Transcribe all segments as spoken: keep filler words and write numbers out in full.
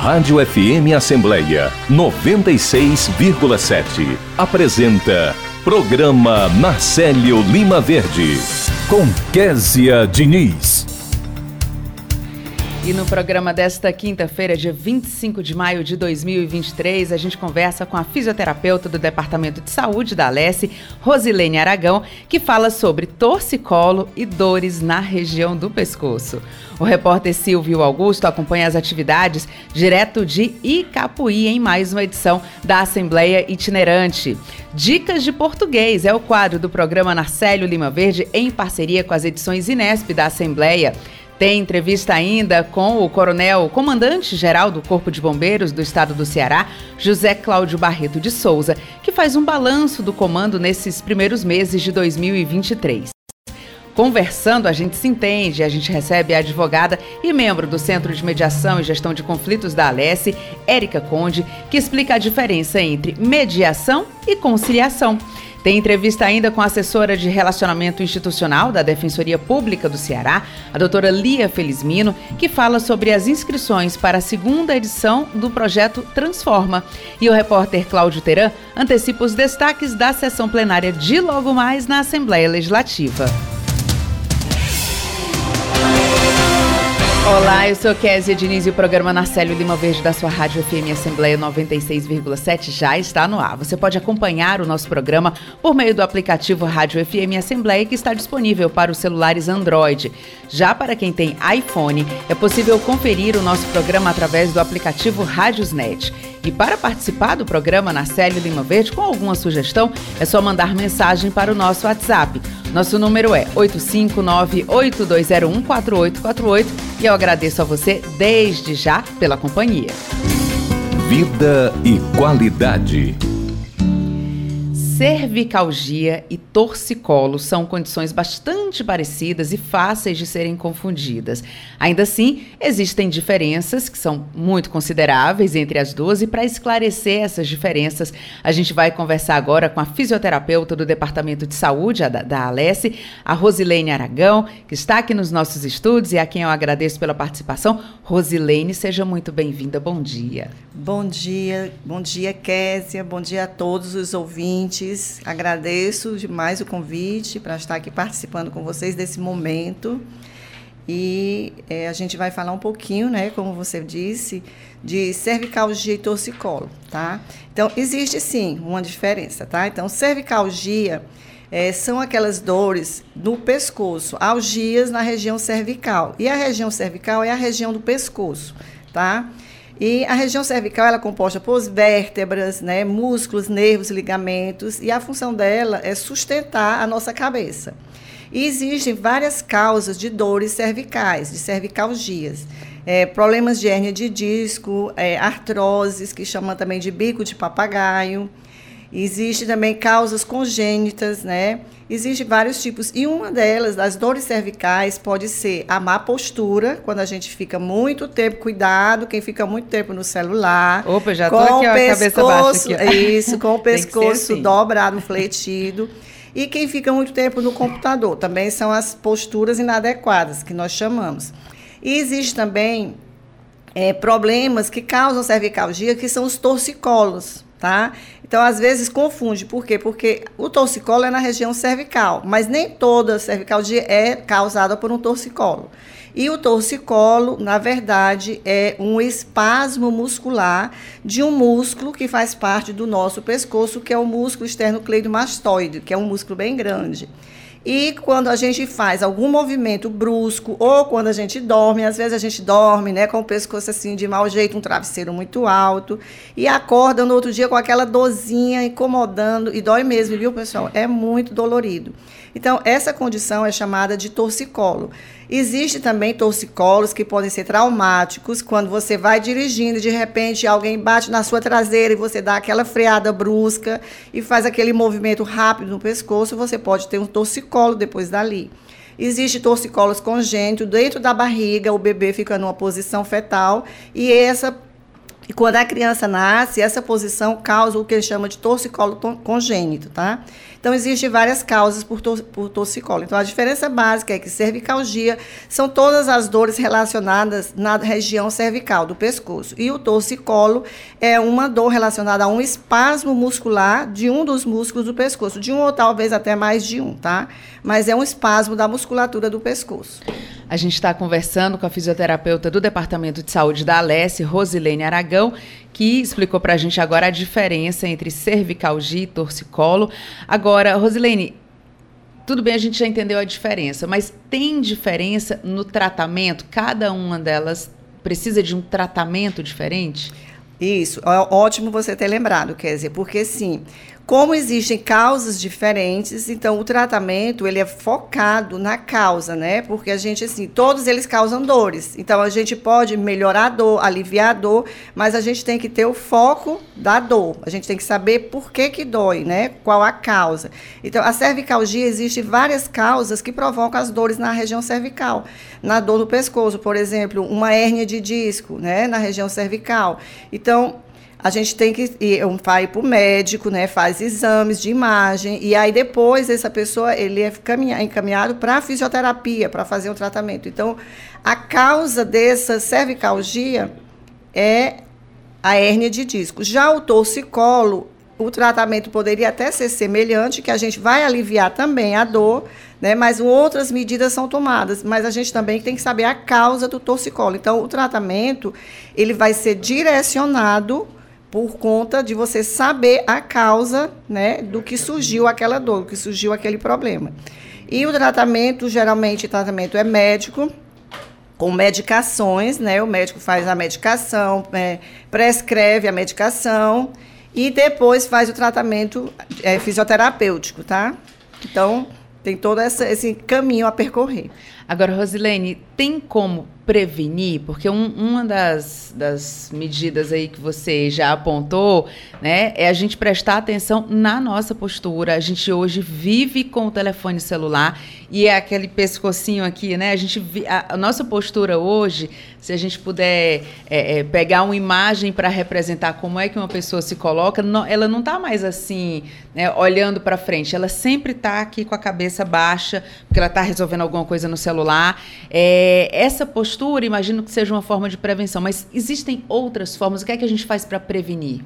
Rádio F M Assembleia noventa e seis vírgula sete apresenta Programa Narcélio Lima Verde, com Késia Diniz. E no programa desta quinta-feira, dia vinte e cinco de maio de dois mil e vinte e três, a gente conversa com a fisioterapeuta do Departamento de Saúde da Alesse, Rosilene Aragão, que fala sobre torcicolo e dores na região do pescoço. O repórter Silvio Augusto acompanha as atividades direto de Icapuí em mais uma edição da Assembleia Itinerante. Dicas de Português é o quadro do programa Narcélio Lima Verde em parceria com as edições Inesp da Assembleia. Tem entrevista ainda com o coronel, comandante-geral do Corpo de Bombeiros do Estado do Ceará, José Cláudio Barreto de Souza, que faz um balanço do comando nesses primeiros meses de dois mil e vinte e três. Conversando, a gente se entende, a gente recebe a advogada e membro do Centro de Mediação e Gestão de Conflitos da Alesse, Érica Conde, que explica a diferença entre mediação e conciliação. Tem entrevista ainda com a assessora de Relacionamento Institucional da Defensoria Pública do Ceará, a doutora Lia Felizmino, que fala sobre as inscrições para a segunda edição do projeto Transforma. E o repórter Cláudio Teran antecipa os destaques da sessão plenária de logo mais na Assembleia Legislativa. Olá, eu sou Késia Diniz e o programa Narcélio Lima Verde da sua Rádio F M Assembleia noventa e seis vírgula sete já está no ar. Você pode acompanhar o nosso programa por meio do aplicativo Rádio F M Assembleia, que está disponível para os celulares Android. Já para quem tem iPhone, é possível conferir o nosso programa através do aplicativo Rádiosnet. E para participar do programa Narcélio Lima Verde com alguma sugestão, é só mandar mensagem para o nosso WhatsApp. Nosso número é oito cinco nove, oito dois zero um, quatro oito quatro oito e eu agradeço a você desde já pela companhia. Vida e qualidade. Cervicalgia e torcicolo são condições bastante parecidas e fáceis de serem confundidas. Ainda assim, existem diferenças que são muito consideráveis entre as duas e para esclarecer essas diferenças, a gente vai conversar agora com a fisioterapeuta do Departamento de Saúde da, da Alesse, a Rosilene Aragão, que está aqui nos nossos estúdios e a quem eu agradeço pela participação. Rosilene, seja muito bem-vinda. Bom dia. Bom dia, bom dia, Késia, bom dia a todos os ouvintes. Agradeço demais o convite para estar aqui participando com vocês desse momento. E é, a gente vai falar um pouquinho, né, como você disse, de cervicalgia e torcicolo, tá? Então, existe sim uma diferença, tá? Então, cervicalgia é, são aquelas dores no pescoço, algias na região cervical. E a região cervical é a região do pescoço, tá? E a região cervical ela é composta por vértebras, né, músculos, nervos, ligamentos, e a função dela é sustentar a nossa cabeça. E existem várias causas de dores cervicais, de cervicalgias. É, problemas de hérnia de disco, é, artroses, que chamam também de bico de papagaio. Existem também causas congênitas, né? Existem vários tipos. E uma delas, das dores cervicais, pode ser a má postura, quando a gente fica muito tempo, cuidado, quem fica muito tempo no celular. Opa, já tô aqui, ó, a cabeça baixa aqui. Isso, com o pescoço assim, dobrado, fletido. E quem fica muito tempo no computador. Também são as posturas inadequadas, que nós chamamos. E existe também é, problemas que causam cervicalgia, que são os torcicolos. Tá? Então, às vezes, confunde. Por quê? Porque o torcicolo é na região cervical, mas nem toda cervicalgia é causada por um torcicolo. E o torcicolo, na verdade, é um espasmo muscular de um músculo que faz parte do nosso pescoço, que é o músculo esternocleidomastoide, que é um músculo bem grande. E quando a gente faz algum movimento brusco, ou quando a gente dorme, às vezes a gente dorme, né, com o pescoço assim de mau jeito, um travesseiro muito alto, e acorda no outro dia com aquela dorzinha incomodando, e dói mesmo, viu, pessoal? É muito dolorido. Então, essa condição é chamada de torcicolo. Existe também torcicolos que podem ser traumáticos, quando você vai dirigindo e de repente alguém bate na sua traseira e você dá aquela freada brusca e faz aquele movimento rápido no pescoço, você pode ter um torcicolo depois dali. Existe torcicolos congênitos dentro da barriga, o bebê fica numa posição fetal e essa E quando a criança nasce, essa posição causa o que eles chamam de torcicolo congênito, tá? Então, existem várias causas por, tor por torcicolo. Então, a diferença básica é que cervicalgia são todas as dores relacionadas na região cervical do pescoço. E o torcicolo é uma dor relacionada a um espasmo muscular de um dos músculos do pescoço, de um ou talvez até mais de um, tá? Mas é um espasmo da musculatura do pescoço. A gente está conversando com a fisioterapeuta do Departamento de Saúde da Alesse, Rosilene Aragão, que explicou para a gente agora a diferença entre cervicalgia e torcicolo. Agora, Rosilene, tudo bem, a gente já entendeu a diferença, mas tem diferença no tratamento? Cada uma delas precisa de um tratamento diferente? Isso, é ótimo você ter lembrado, Kézia, porque sim, como existem causas diferentes, então o tratamento ele é focado na causa, né? Porque a gente, assim, todos eles causam dores. Então a gente pode melhorar a dor, aliviar a dor, mas a gente tem que ter o foco da dor. A gente tem que saber por que que dói, né? Qual a causa. Então a cervicalgia, existem várias causas que provocam as dores na região cervical. Na dor no pescoço, por exemplo, uma hérnia de disco, né? Na região cervical. Então a gente tem que ir, vai para o médico, né, faz exames de imagem, e aí depois essa pessoa ele é encaminhado para a fisioterapia, para fazer um tratamento. Então, a causa dessa cervicalgia é a hérnia de disco. Já o torcicolo, o tratamento poderia até ser semelhante, que a gente vai aliviar também a dor, né, mas outras medidas são tomadas, mas a gente também tem que saber a causa do torcicolo. Então, o tratamento ele vai ser direcionado por conta de você saber a causa, né, do que surgiu aquela dor, do que surgiu aquele problema. E o tratamento, geralmente, o tratamento é médico, com medicações, né, o médico faz a medicação, é, prescreve a medicação e depois faz o tratamento é, fisioterapêutico, tá? Então, tem todo essa, esse caminho a percorrer. Agora, Rosilene, tem como prevenir? Porque um, uma das, das medidas aí que você já apontou, né, é a gente prestar atenção na nossa postura. A gente hoje vive com o telefone celular e é aquele pescocinho aqui, né? A, gente vi, a, a nossa postura hoje, se a gente puder é, é, pegar uma imagem para representar como é que uma pessoa se coloca, não, ela não está mais assim, né, olhando para frente. Ela sempre está aqui com a cabeça baixa, porque ela está resolvendo alguma coisa no celular. É, essa postura, imagino que seja uma forma de prevenção, mas existem outras formas. O que é que a gente faz para prevenir?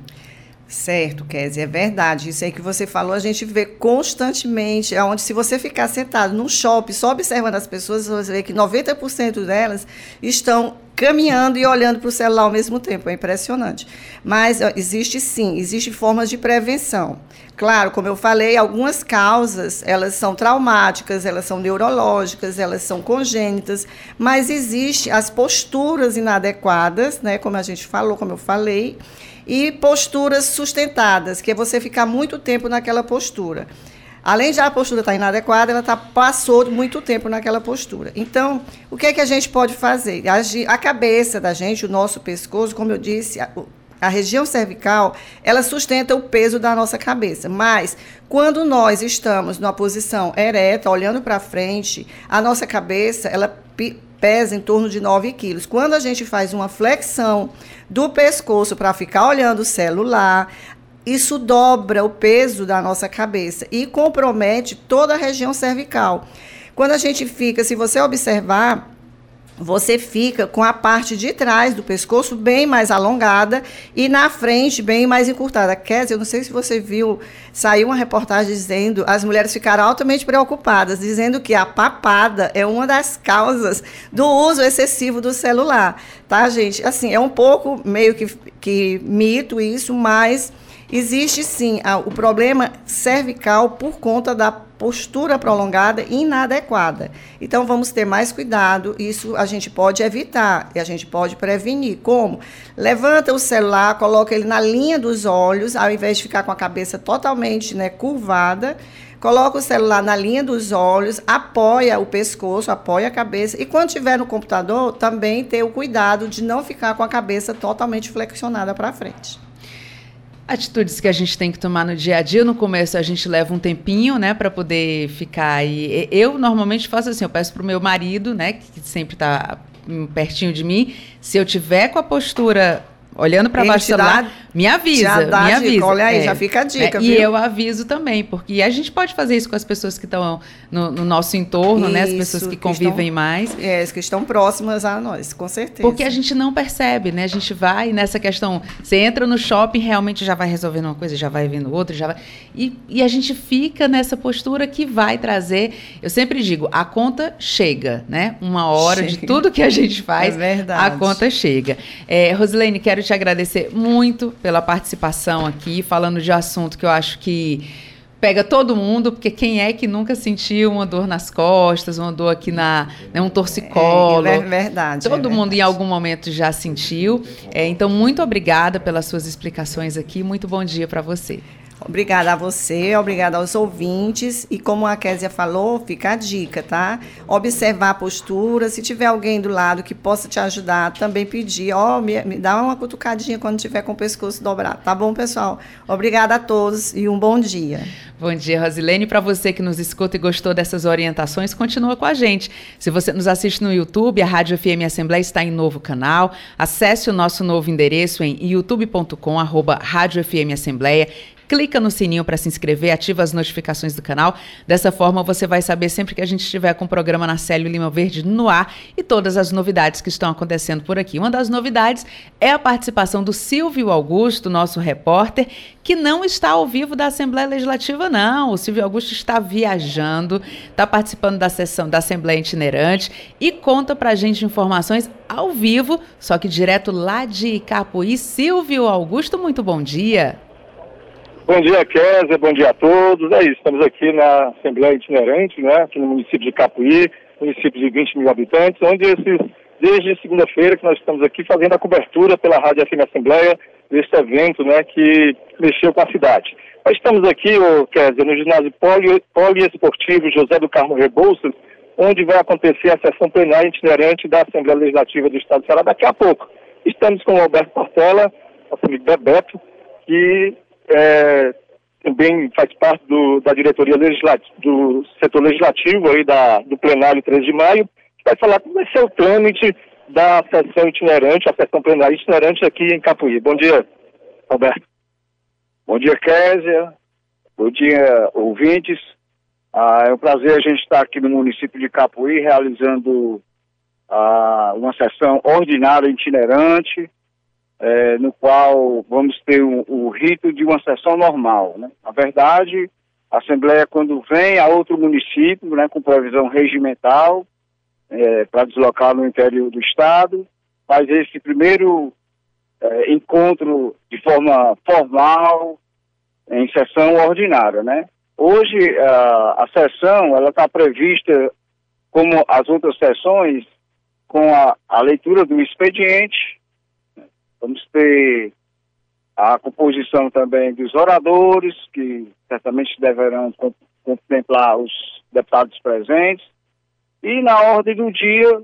Certo, Kézia, é verdade. Isso aí que você falou, a gente vê constantemente, onde se você ficar sentado num shopping, só observando as pessoas, você vê que noventa por cento delas estão caminhando e olhando para o celular ao mesmo tempo. É impressionante. Mas ó, existe sim, existem formas de prevenção. Claro, como eu falei, algumas causas, elas são traumáticas, elas são neurológicas, elas são congênitas, mas existem as posturas inadequadas, né, como a gente falou, como eu falei, e posturas sustentadas, que é você ficar muito tempo naquela postura. Além de a postura estar inadequada, ela tá, passou muito tempo naquela postura. Então, o que é que a gente pode fazer? A, a cabeça da gente, o nosso pescoço, como eu disse, a, a região cervical, ela sustenta o peso da nossa cabeça. Mas, quando nós estamos numa posição ereta, olhando para frente, a nossa cabeça, ela pesa em torno de nove quilos. Quando a gente faz uma flexão do pescoço para ficar olhando o celular, isso dobra o peso da nossa cabeça e compromete toda a região cervical. Quando a gente fica, se você observar, você fica com a parte de trás do pescoço bem mais alongada e na frente bem mais encurtada. Kézia, eu não sei se você viu, saiu uma reportagem dizendo, as mulheres ficaram altamente preocupadas, dizendo que a papada é uma das causas do uso excessivo do celular. Tá, gente? Assim, é um pouco meio que, que mito isso, mas existe sim o problema cervical por conta da postura prolongada e inadequada. Então, vamos ter mais cuidado, isso a gente pode evitar e a gente pode prevenir. Como? Levanta o celular, coloca ele na linha dos olhos, ao invés de ficar com a cabeça totalmente, né, curvada, coloca o celular na linha dos olhos, apoia o pescoço, apoia a cabeça e quando estiver no computador, também ter o cuidado de não ficar com a cabeça totalmente flexionada para frente. Atitudes que a gente tem que tomar no dia a dia. No começo a gente leva um tempinho, né, para poder ficar aí. Eu normalmente faço assim, eu peço pro meu marido, né, que sempre está pertinho de mim, se eu tiver com a postura olhando para baixo do celular, dá, me avisa, já dá me dica, avisa. Olha aí, é, já fica a dica, é, viu? E eu aviso também, porque a gente pode fazer isso com as pessoas que estão no, no nosso entorno, isso, né? As pessoas que, que convivem estão, mais. É, as que estão próximas a nós, com certeza. Porque a gente não percebe, né? A gente vai nessa questão, você entra no shopping, realmente já vai resolvendo uma coisa, já vai vendo outra, já vai... E, e a gente fica nessa postura que vai trazer, eu sempre digo, a conta chega, né? Uma hora chega. De tudo que a gente faz, é verdade. A conta chega. É, Rosilene, quero te agradecer muito pela participação aqui, falando de assunto que eu acho que pega todo mundo, porque quem é que nunca sentiu uma dor nas costas, uma dor aqui na, né, um torcicolo? É, é verdade. Todo é verdade. mundo em algum momento já sentiu. É, então, muito obrigada pelas suas explicações aqui. Muito bom dia para você. Obrigada a você, obrigada aos ouvintes. E como a Késia falou, fica a dica, tá? Observar a postura. Se tiver alguém do lado que possa te ajudar, também pedir. Ó, oh, me, me dá uma cutucadinha quando tiver com o pescoço dobrado. Tá bom, pessoal? Obrigada a todos e um bom dia. Bom dia, Rosilene. Para você que nos escuta e gostou dessas orientações, continua com a gente. Se você nos assiste no YouTube, a Rádio F M Assembleia está em novo canal. Acesse o nosso novo endereço em youtube ponto com, arroba Rádio F M Assembleia. Clica no sininho para se inscrever, ativa as notificações do canal. Dessa forma, você vai saber sempre que a gente estiver com o programa Nacélio Lima Verde no ar e todas as novidades que estão acontecendo por aqui. Uma das novidades é a participação do Silvio Augusto, nosso repórter, que não está ao vivo da Assembleia Legislativa, não. O Silvio Augusto está viajando, está participando da sessão da Assembleia Itinerante e conta para a gente informações ao vivo, só que direto lá de Icapuí. Silvio Augusto, muito bom dia. Bom dia, Kézia, bom dia a todos. É isso, estamos aqui na Assembleia Itinerante, né, aqui no município de Icapuí, município de vinte mil habitantes, onde esses, desde segunda-feira que nós estamos aqui fazendo a cobertura pela Rádio F M Assembleia deste evento, né, que mexeu com a cidade. Nós estamos aqui, oh, Kézia, no ginásio poli, poliesportivo José do Carmo Rebouças, onde vai acontecer a sessão plenária itinerante da Assembleia Legislativa do Estado do Ceará daqui a pouco. Estamos com o Alberto Portela, nosso amigo Bebeto, que É, também faz parte do, da diretoria legislativa, do setor legislativo aí da, do plenário treze de maio, que vai falar como vai ser o trâmite da sessão itinerante, a sessão plenária itinerante aqui em Capuí. Bom dia, Alberto. Bom dia, Kézia. Bom dia, ouvintes. Ah, é um prazer a gente estar aqui no município de Capuí realizando ah, uma sessão ordinária itinerante, É, no qual vamos ter o, o rito de uma sessão normal, né? Na verdade, a Assembleia, quando vem a outro município, né, com previsão regimental, é, para deslocar no interior do Estado, faz esse primeiro é, encontro de forma formal, em sessão ordinária, né? Hoje, a, a sessão, ela está prevista, como as outras sessões, com a, a leitura do expediente. Vamos ter a composição também dos oradores, que certamente deverão contemplar os deputados presentes. E na ordem do dia,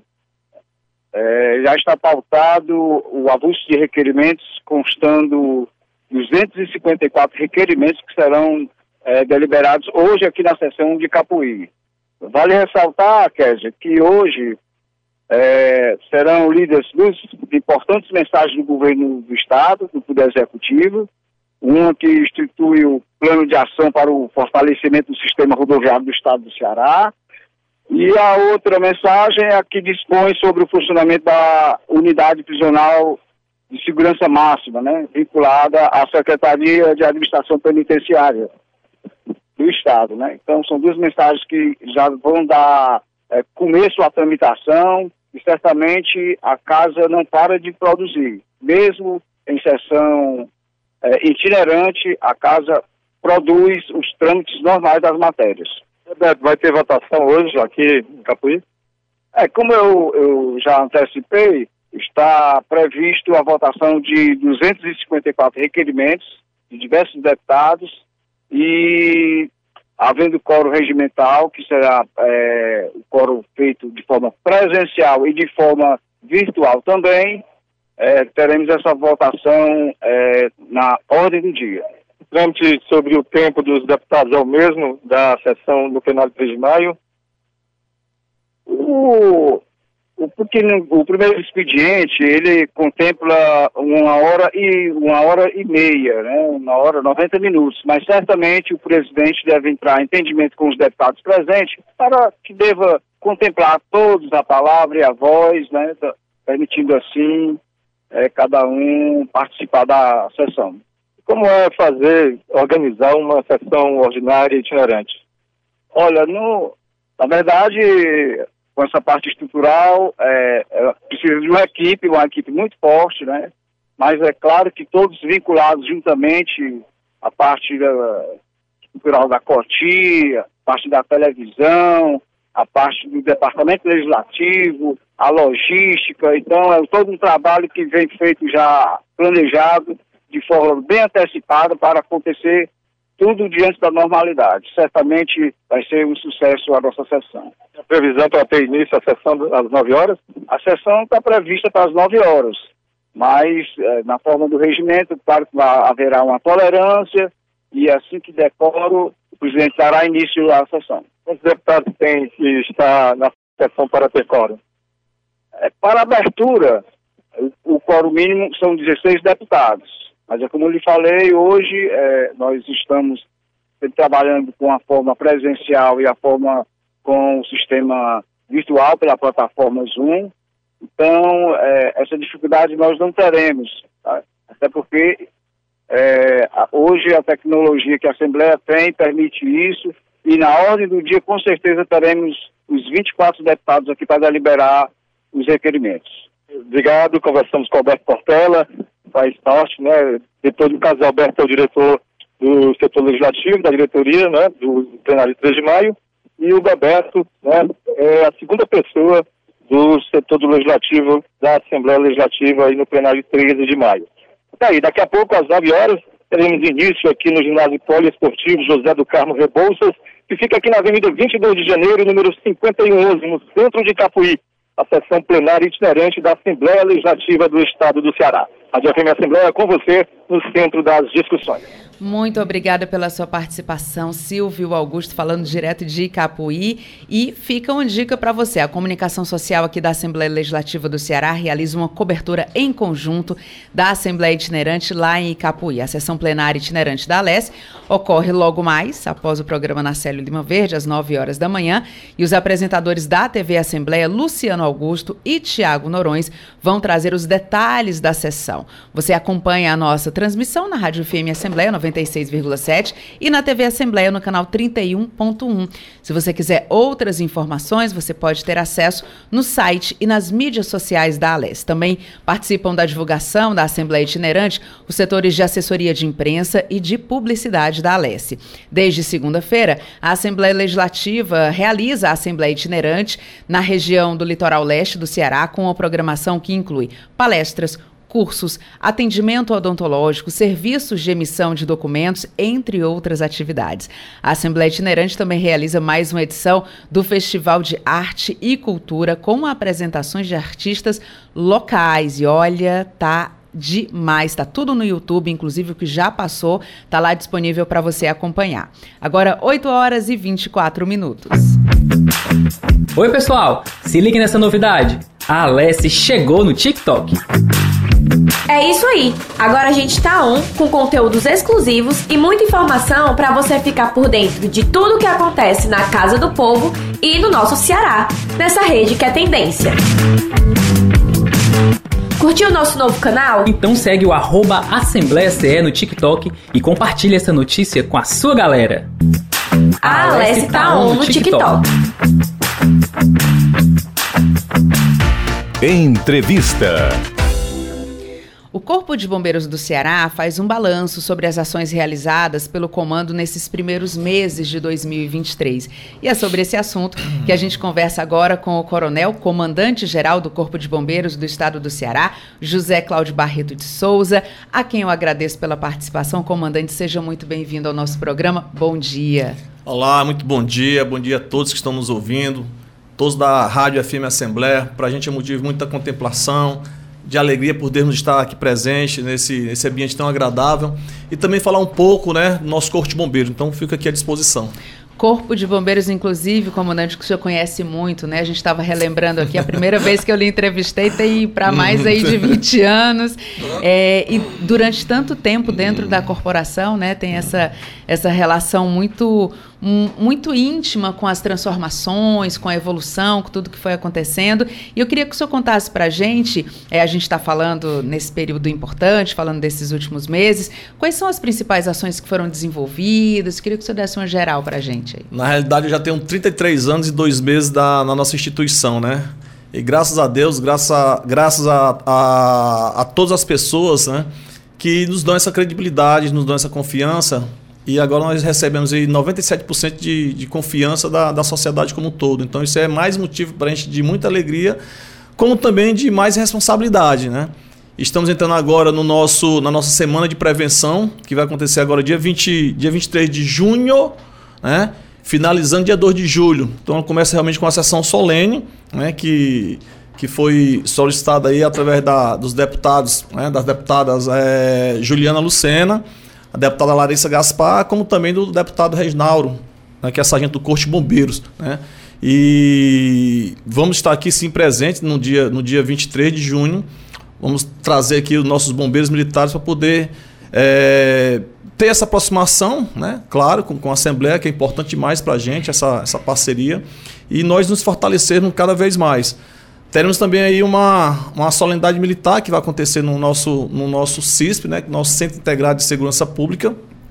é, já está pautado o avulso de requerimentos, constando duzentos e cinquenta e quatro requerimentos que serão é, deliberados hoje aqui na sessão de Capuí. Vale ressaltar, Kézia, que hoje É, serão lidas duas importantes mensagens do governo do Estado, do Poder Executivo, uma que institui o plano de ação para o fortalecimento do sistema rodoviário do Estado do Ceará, e a outra mensagem é a que dispõe sobre o funcionamento da unidade prisional de segurança máxima, né, vinculada à Secretaria de Administração Penitenciária do Estado, né. Então são duas mensagens que já vão dar É, começo a tramitação, e certamente a casa não para de produzir. Mesmo em sessão é, itinerante, a casa produz os trâmites normais das matérias. Vai ter votação hoje aqui em Capuí? É, como eu, eu já antecipei, está previsto a votação de duzentos e cinquenta e quatro requerimentos de diversos deputados e havendo quórum regimental, que será é, o quórum feito de forma presencial e de forma virtual também, é, teremos essa votação é, na ordem do dia. O trâmite sobre o tempo dos deputados é o mesmo da sessão do plenário três de maio? O, o, porque o primeiro expediente, ele contempla uma hora e uma hora e meia, né? Uma hora, noventa minutos, mas certamente o presidente deve entrar em entendimento com os deputados presentes para que deva contemplar todos a palavra e a voz, né? Permitindo assim é, cada um participar da sessão. Como é fazer, organizar uma sessão ordinária itinerante? Olha, no, na verdade, com essa parte estrutural, é, é, precisa de uma equipe, uma equipe muito forte, né? Mas é claro que todos vinculados juntamente, a parte da, estrutural da COTI, a parte da televisão, a parte do departamento legislativo, a logística. Então, é todo um trabalho que vem feito já planejado, de forma bem antecipada, para acontecer tudo diante da normalidade. Certamente vai ser um sucesso a nossa sessão. A previsão para ter início a sessão às nove horas? A sessão está prevista para as nove horas, mas é, na forma do regimento, claro que haverá uma tolerância e assim que decoro, o presidente dará início à sessão. Quantos deputados tem que estar na sessão para ter quórum? É, para a abertura, o, o quórum mínimo são dezesseis deputados. Mas, é como eu lhe falei, hoje é, nós estamos trabalhando com a forma presencial e a forma com o sistema virtual pela plataforma Zoom. Então, é, essa dificuldade nós não teremos, tá? Até porque é, hoje a tecnologia que a Assembleia tem permite isso e na ordem do dia, com certeza, teremos os vinte e quatro deputados aqui para deliberar os requerimentos. Obrigado, conversamos com o Alberto Portela, País Norte, né? Depois do caso, Alberto é o diretor do setor legislativo, da diretoria, né? Do plenário de três de maio, e o Bebeto, né? É a segunda pessoa do setor do legislativo, da Assembleia Legislativa, aí no plenário de treze de maio. Daí, daqui a pouco, às nove horas, teremos início aqui no ginásio poliesportivo José do Carmo Rebouças, que fica aqui na Avenida vinte e dois de janeiro, número cinquenta e um onze, no centro de Capuí, a sessão plenária itinerante da Assembleia Legislativa do Estado do Ceará. A Rádio F M Assembleia com você no centro das discussões. Muito obrigada pela sua participação, Silvio Augusto, falando direto de Capuí. E fica uma dica para você. A comunicação social aqui da Assembleia Legislativa do Ceará realiza uma cobertura em conjunto da Assembleia Itinerante lá em Capuí. A sessão plenária itinerante da Alesse ocorre logo mais, após o programa Nacélio Lima Verde, às nove horas da manhã. E os apresentadores da T V Assembleia, Luciano Augusto e Tiago Norões, vão trazer os detalhes da sessão. Você acompanha a nossa transmissão na Rádio F M Assembleia noventa e seis vírgula sete e na T V Assembleia no canal trinta e um ponto um. Se você quiser outras informações, você pode ter acesso no site e nas mídias sociais da Alesse. Também participam da divulgação da Assembleia Itinerante os setores de assessoria de imprensa e de publicidade da Alesse. Desde segunda-feira, a Assembleia Legislativa realiza a Assembleia Itinerante na região do litoral leste do Ceará, com uma programação que inclui palestras, cursos, atendimento odontológico, serviços de emissão de documentos, entre outras atividades. A Assembleia Itinerante também realiza mais uma edição do Festival de Arte e Cultura com apresentações de artistas locais. E olha, tá demais, tá tudo no YouTube, inclusive o que já passou, tá lá disponível para você acompanhar. Agora, oito horas e vinte e quatro minutos. Oi, pessoal! Se ligue nessa novidade. A Alesse chegou no TikTok. É isso aí! Agora a gente tá on com conteúdos exclusivos e muita informação para você ficar por dentro de tudo que acontece na Casa do Povo e no nosso Ceará, nessa rede que é tendência. Curtiu o nosso novo canal? Então segue o arroba Assembleia C E no TikTok e compartilha essa notícia com a sua galera. A Alesse tá on no TikTok. Entrevista. O Corpo de Bombeiros do Ceará faz um balanço sobre as ações realizadas pelo comando nesses primeiros meses de dois mil e vinte e três. E é sobre esse assunto que a gente conversa agora com o coronel, comandante-geral do Corpo de Bombeiros do Estado do Ceará, José Cláudio Barreto de Souza, a quem eu agradeço pela participação. Comandante, seja muito bem-vindo ao nosso programa. Bom dia. Olá, muito bom dia. Bom dia a todos que estão nos ouvindo, todos da Rádio F M Assembleia. Para a gente é motivo de muita contemplação, de alegria por podermos estar aqui presente nesse, nesse ambiente tão agradável e também falar um pouco, né, do nosso Corpo de Bombeiros. Então, fico aqui à disposição. Corpo de Bombeiros, inclusive, comandante, que o senhor conhece muito, né? A gente estava relembrando aqui, a primeira vez que eu lhe entrevistei tem para mais aí de vinte anos. É, e durante tanto tempo dentro da corporação, né? Tem essa, essa relação muito, muito íntima com as transformações, com a evolução, com tudo que foi acontecendo. E eu queria que o senhor contasse para a gente, é, a gente está falando nesse período importante, falando desses últimos meses, quais são as principais ações que foram desenvolvidas? Eu queria que o senhor desse uma geral para a gente. Aí. Na realidade, eu já tenho trinta e três anos e dois meses da, na nossa instituição, né? E graças a Deus, graças a, graças a, a, a todas as pessoas, né, que nos dão essa credibilidade, nos dão essa confiança. E agora nós recebemos aí noventa e sete por cento de, de confiança da, da sociedade como um todo. Então isso é mais motivo para a gente de muita alegria, como também de mais responsabilidade, né? Estamos entrando agora no nosso, na nossa semana de prevenção, que vai acontecer agora dia, vinte, dia vinte e três de junho, né? Finalizando dia dois de julho. Então começa realmente com uma sessão solene, né? que, que foi solicitada aí através da, dos deputados, né? Das deputadas é, Juliana Lucena, a deputada Larissa Gaspar, como também do deputado Reginaldo, né? Que é sargento do Corpo de Bombeiros, né? E vamos estar aqui sim presentes no dia, no dia vinte e três de junho. Vamos trazer aqui os nossos bombeiros militares para poder é, ter essa aproximação, né? Claro, com, com a Assembleia, que é importante demais para a gente, essa, essa parceria, e nós nos fortalecermos cada vez mais. Teremos também aí uma, uma solenidade militar que vai acontecer no nosso, no nosso C I S P, né? Nosso Centro Integrado de Segurança Pública,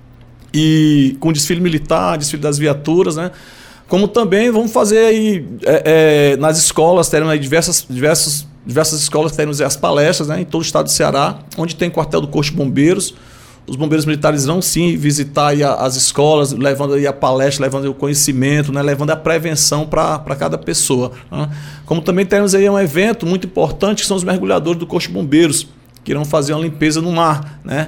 e com desfile militar, desfile das viaturas, né? Como também vamos fazer aí é, é, nas escolas, teremos aí diversas, diversas, diversas escolas, teremos as palestras, né, em todo o estado do Ceará, onde tem quartel do Corpo de Bombeiros. Os bombeiros militares vão sim visitar aí as escolas, levando aí a palestra, levando aí o conhecimento, né, levando a prevenção para cada pessoa, né. Como também temos aí um evento muito importante, que são os mergulhadores do Corpo de Bombeiros, que irão fazer uma limpeza no mar, né.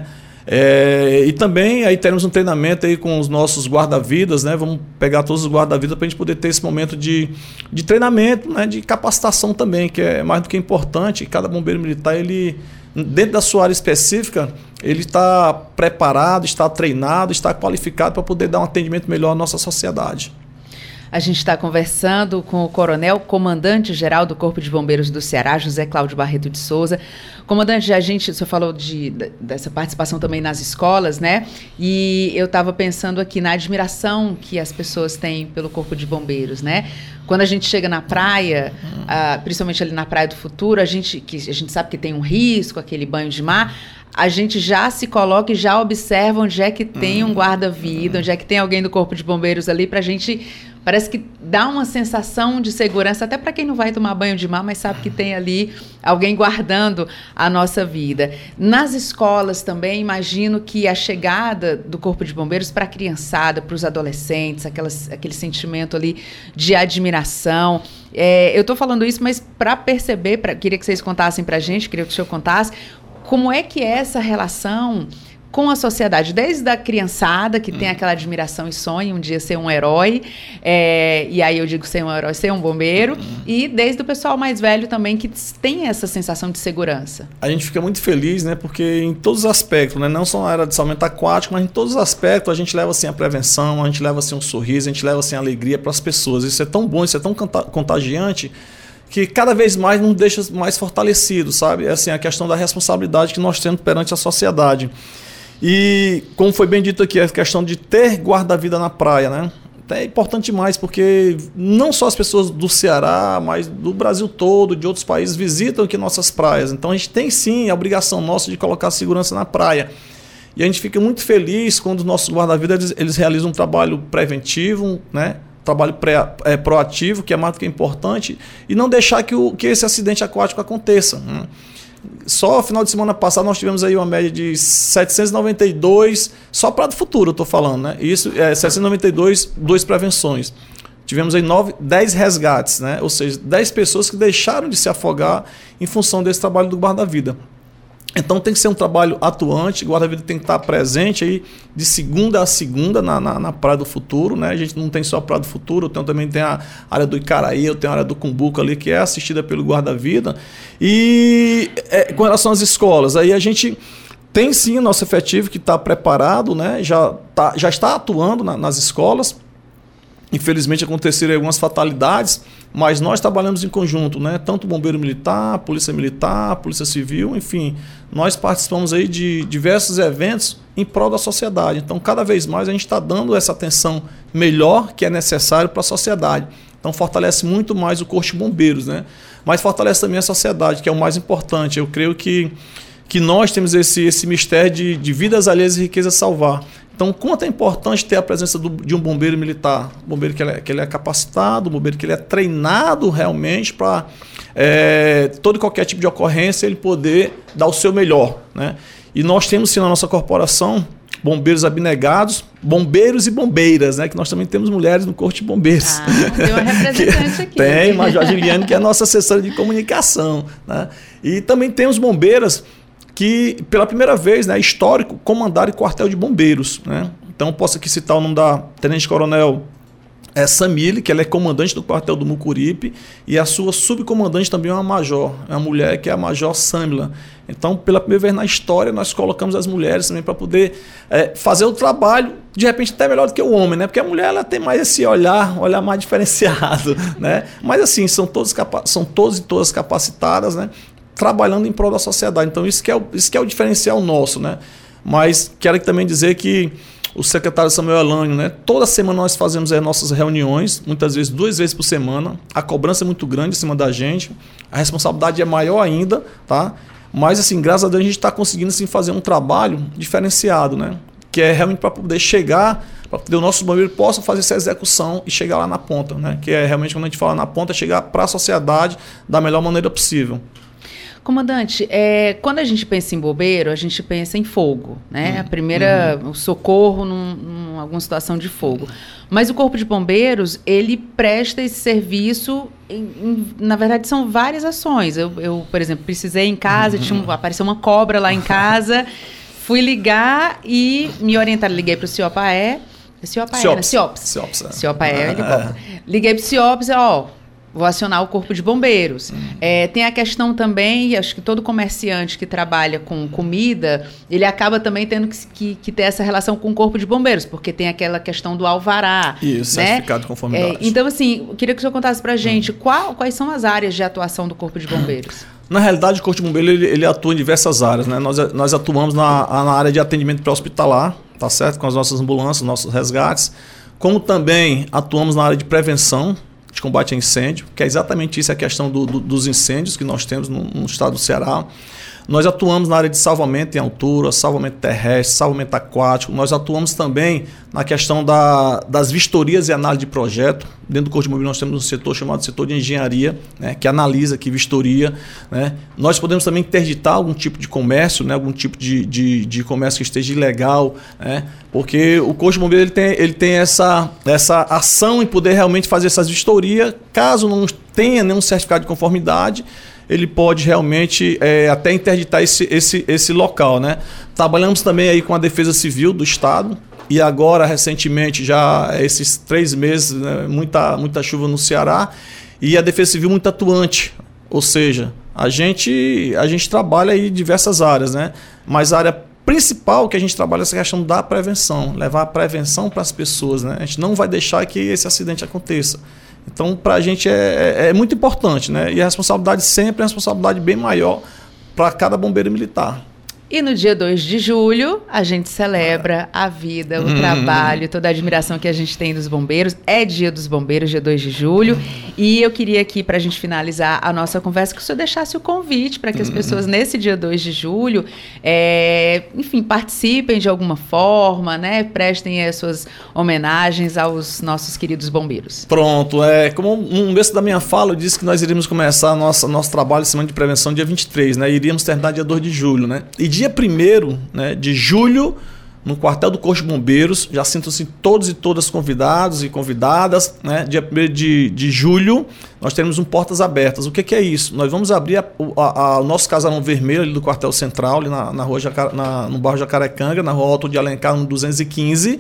É, e também aí teremos um treinamento aí com os nossos guarda-vidas, né? Vamos pegar todos os guarda-vidas para a gente poder ter esse momento de, de treinamento, né? De capacitação também, que é mais do que importante. Cada bombeiro militar, ele, dentro da sua área específica, ele está preparado, está treinado, está qualificado para poder dar um atendimento melhor à nossa sociedade. A gente está conversando com o coronel, comandante-geral do Corpo de Bombeiros do Ceará, José Cláudio Barreto de Souza. Comandante, a gente, o senhor falou de, dessa participação também nas escolas, né? E eu estava pensando aqui na admiração que as pessoas têm pelo Corpo de Bombeiros, né? Quando a gente chega na praia, uhum. ah, principalmente ali na Praia do Futuro, a gente, que a gente sabe que tem um risco, aquele banho de mar, a gente já se coloca e já observa onde é que tem um guarda-vida, onde é que tem alguém do Corpo de Bombeiros ali, para a gente... Parece que dá uma sensação de segurança, até para quem não vai tomar banho de mar, mas sabe que tem ali alguém guardando a nossa vida. Nas escolas também, imagino que a chegada do Corpo de Bombeiros para a criançada, para os adolescentes, aquelas, aquele sentimento ali de admiração. É, eu estou falando isso, mas para perceber, pra, queria que vocês contassem para a gente, queria que o senhor contasse, como é que é essa relação com a sociedade, desde a criançada, que hum. tem aquela admiração e sonha um dia ser um herói, é, e aí eu digo ser um herói, ser um bombeiro, hum. e desde o pessoal mais velho também, que tem essa sensação de segurança. A gente fica muito feliz, né, porque em todos os aspectos, né, não só na área de salvamento aquático, mas em todos os aspectos a gente leva assim a prevenção, a gente leva assim um sorriso, a gente leva assim a alegria para as pessoas. Isso é tão bom, isso é tão contagiante, que cada vez mais nos deixa mais fortalecidos, sabe? É assim, a questão da responsabilidade que nós temos perante a sociedade. E, como foi bem dito aqui, a questão de ter guarda-vida na praia, né? É importante demais, porque não só as pessoas do Ceará, mas do Brasil todo, de outros países, visitam aqui nossas praias. Então, a gente tem sim a obrigação nossa de colocar segurança na praia. E a gente fica muito feliz quando os nossos guarda-vidas eles, eles realizam um trabalho preventivo, né? Trabalho pré, é, proativo, que é mais do que importante, e não deixar que, o, que esse acidente aquático aconteça, né? Só no final de semana passado nós tivemos aí uma média de setecentos e noventa e dois, só para o futuro eu estou falando, né? Isso é setecentos e noventa e dois, duas prevenções. Tivemos aí nove, dez resgates, né? Ou seja, dez pessoas que deixaram de se afogar em função desse trabalho do guarda-vida. Então tem que ser um trabalho atuante, o guarda-vida tem que estar presente aí de segunda a segunda na, na, na Praia do Futuro, né? A gente não tem só a Praia do Futuro, eu tenho, também tem a área do Icaraí, eu tenho a área do Cumbuco ali, que é assistida pelo guarda-vida. E é, com relação às escolas, aí a gente tem sim o nosso efetivo que está preparado, né? Já, tá, já está atuando na, nas escolas. infelizmente aconteceram algumas fatalidades, mas nós trabalhamos em conjunto, né? Tanto Bombeiro Militar, Polícia Militar, Polícia Civil, enfim, nós participamos aí de diversos eventos em prol da sociedade. Então, cada vez mais a gente está dando essa atenção melhor que é necessário para a sociedade. Então, fortalece muito mais o Corpo de Bombeiros, né? Mas fortalece também a sociedade, que é o mais importante. Eu creio que, que nós temos esse, esse mistério de, de vidas alheias e riqueza a salvar. Então, quanto é importante ter a presença do, de um bombeiro militar, um bombeiro que ele, é, que ele é capacitado, um bombeiro que ele é treinado realmente para é, todo e qualquer tipo de ocorrência ele poder dar o seu melhor, né? E nós temos sim na nossa corporação bombeiros abnegados, bombeiros e bombeiras, né? Que nós também temos mulheres no Corpo de Bombeiros. Ah, tem uma representante aqui. Tem, Major Giliane, que é a nossa assessora de comunicação, né? E também temos bombeiras que, pela primeira vez, né, histórico, comandaram quartel de bombeiros, né? Então, posso aqui citar o nome da tenente-coronel é, Samile, que ela é comandante do quartel do Mucuripe, e a sua subcomandante também é uma major, é uma mulher que é a major Samila. Então, pela primeira vez na história, nós colocamos as mulheres também para poder é, fazer o trabalho, de repente, até melhor do que o homem, né? Porque a mulher ela tem mais esse olhar, olhar mais diferenciado, né? Mas, assim, são todos, são todos e todas capacitadas, né? Trabalhando em prol da sociedade. Então, isso que, é o, isso que é o diferencial nosso, né? Mas quero também dizer que o secretário Samuel Elânio, né? Toda semana nós fazemos as nossas reuniões, muitas vezes duas vezes por semana. A cobrança é muito grande em cima da gente, a responsabilidade é maior ainda, tá? Mas, assim, graças a Deus a gente está conseguindo assim, fazer um trabalho diferenciado, né? Que é realmente para poder chegar, para que o nosso bombeiro possa fazer essa execução e chegar lá na ponta, né? Que é realmente, quando a gente fala na ponta, chegar para a sociedade da melhor maneira possível. Comandante, é, quando a gente pensa em bombeiro, a gente pensa em fogo, né? Hum, a primeira, hum. o socorro em alguma situação de fogo. Mas o Corpo de Bombeiros, ele presta esse serviço, em, em, na verdade, são várias ações. Eu, eu por exemplo, precisei em casa, hum. tinha um, apareceu uma cobra lá em casa, fui ligar e me orientaram, liguei para o CIOPAE, CIOPAE, né? CIOPS. CIOPS, é. CIOPAE, é helicóptero. Liguei para o CIOPS, ó... Vou acionar o Corpo de Bombeiros. Uhum. É, tem a questão também, acho que todo comerciante que trabalha com comida, ele acaba também tendo que, que, que ter essa relação com o Corpo de Bombeiros, porque tem aquela questão do alvará. Isso, né? Certificado de conformidade. É, então, assim, eu queria que o senhor contasse pra gente uhum. qual, quais são as áreas de atuação do Corpo de Bombeiros. Na realidade, o Corpo de Bombeiros ele, ele atua em diversas áreas, né? Nós, nós atuamos na, na área de atendimento pré-hospitalar, tá certo? Com as nossas ambulâncias, nossos resgates, como também atuamos na área de prevenção, de combate a incêndio, que é exatamente isso, a questão do, do, dos incêndios que nós temos no, no estado do Ceará. Nós atuamos na área de salvamento em altura, salvamento terrestre, salvamento aquático. Nós atuamos também na questão da, das vistorias e análise de projeto. Dentro do Corpo de Bombeiros nós temos um setor chamado setor de engenharia, né, que analisa, que vistoria. Né. Nós podemos também interditar algum tipo de comércio, né, algum tipo de, de, de comércio que esteja ilegal, né, porque o Corpo de Bombeiros ele tem, ele tem essa, essa ação em poder realmente fazer essas vistorias. Caso não tenha nenhum certificado de conformidade, ele pode realmente é, até interditar esse, esse, esse local, né? Trabalhamos também aí com a Defesa Civil do Estado e agora, recentemente, já esses três meses, né, muita, muita chuva no Ceará e a Defesa Civil muito atuante, ou seja, a gente, a gente trabalha aí em diversas áreas, né? Mas a área principal que a gente trabalha é essa questão da prevenção, levar a prevenção para as pessoas, né? A gente não vai deixar que esse acidente aconteça. Então, para a gente é, é, é muito importante, né? E a responsabilidade sempre é uma responsabilidade bem maior para cada bombeiro militar. E no dia dois de julho, a gente celebra a vida, o hum. trabalho, toda a admiração que a gente tem dos bombeiros. É dia dos bombeiros, dia dois de julho. E eu queria aqui, para a gente finalizar a nossa conversa, que o senhor deixasse o convite para que as pessoas, nesse dia dois de julho, é, enfim, participem de alguma forma, né? Prestem as suas homenagens aos nossos queridos bombeiros. Pronto. É, como um mês da minha fala, eu disse que nós iríamos começar nossa, nosso trabalho de semana de prevenção dia vinte e três, né? Iríamos terminar dia dois de julho, né? E dia primeiro, né, de julho, no quartel do Corpo de Bombeiros, já sintam-se todos e todas convidados e convidadas, né? Dia primeiro de, de julho, nós teremos um Portas Abertas. O que, que é isso? Nós vamos abrir a, a, a, o nosso casarão vermelho ali do quartel central, ali na, na rua Jacar, na, no bairro Jacarecanga, na rua Alto de Alencar, no duzentos e quinze.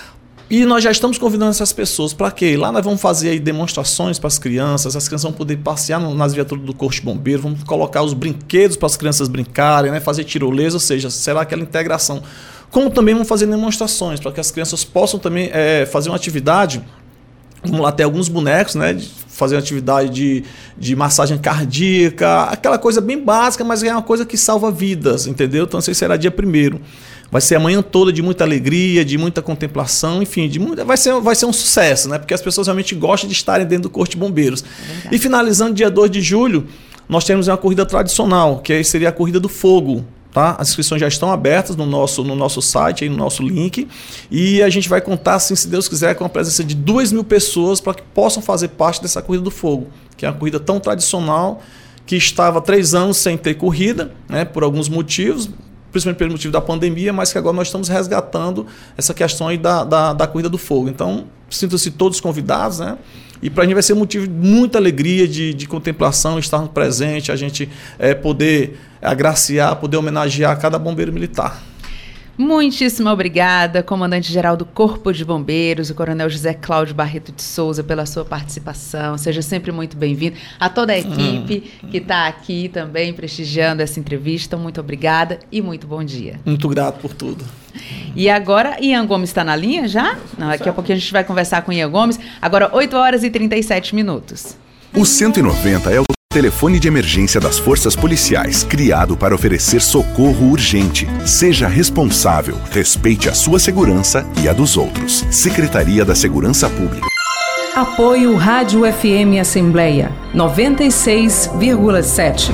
E nós já estamos convidando essas pessoas para quê? Lá nós vamos fazer aí demonstrações para as crianças, as crianças vão poder passear nas viaturas do Corpo de Bombeiros, vamos colocar os brinquedos para as crianças brincarem, né? Fazer tirolesa, ou seja, será aquela integração. Como também vamos fazer demonstrações para que as crianças possam também é, fazer uma atividade Vamos lá ter alguns bonecos, né? De fazer uma atividade de, de massagem cardíaca, aquela coisa bem básica, mas é uma coisa que salva vidas, entendeu? Então, isso será dia primeiro. Vai ser a manhã toda de muita alegria, de muita contemplação, enfim, de muita, vai, ser, vai ser um sucesso, né? Porque as pessoas realmente gostam de estarem dentro do Corpo de Bombeiros. É e finalizando dia dois de julho, nós temos uma corrida tradicional, que seria a Corrida do Fogo. Tá? As inscrições já estão abertas no nosso, no nosso site, aí no nosso link, e a gente vai contar, assim, se Deus quiser, com a presença de duas mil pessoas para que possam fazer parte dessa Corrida do Fogo, que é uma corrida tão tradicional, que estava há três anos sem ter corrida, né, por alguns motivos, principalmente pelo motivo da pandemia, mas que agora nós estamos resgatando essa questão aí da, da, da Corrida do Fogo. Então, sintam-se todos convidados, né? E para a gente vai ser motivo de muita alegria, de, de contemplação, estarmos presentes, a gente é, poder agraciar, poder homenagear cada bombeiro militar. Muitíssimo obrigada, comandante-geral do Corpo de Bombeiros, o coronel José Cláudio Barreto de Souza, pela sua participação. Seja sempre muito bem-vindo. A toda a equipe hum. que está aqui também prestigiando essa entrevista, muito obrigada e muito bom dia. Muito grato por tudo. E agora, Ian Gomes está na linha já? Não, daqui a pouquinho a gente vai conversar com Ian Gomes. Agora, oito horas e trinta e sete minutos. O cento e noventa é o telefone de emergência das forças policiais, criado para oferecer socorro urgente. Seja responsável, respeite a sua segurança e a dos outros. Secretaria da Segurança Pública. Apoio Rádio F M Assembleia noventa e seis vírgula sete.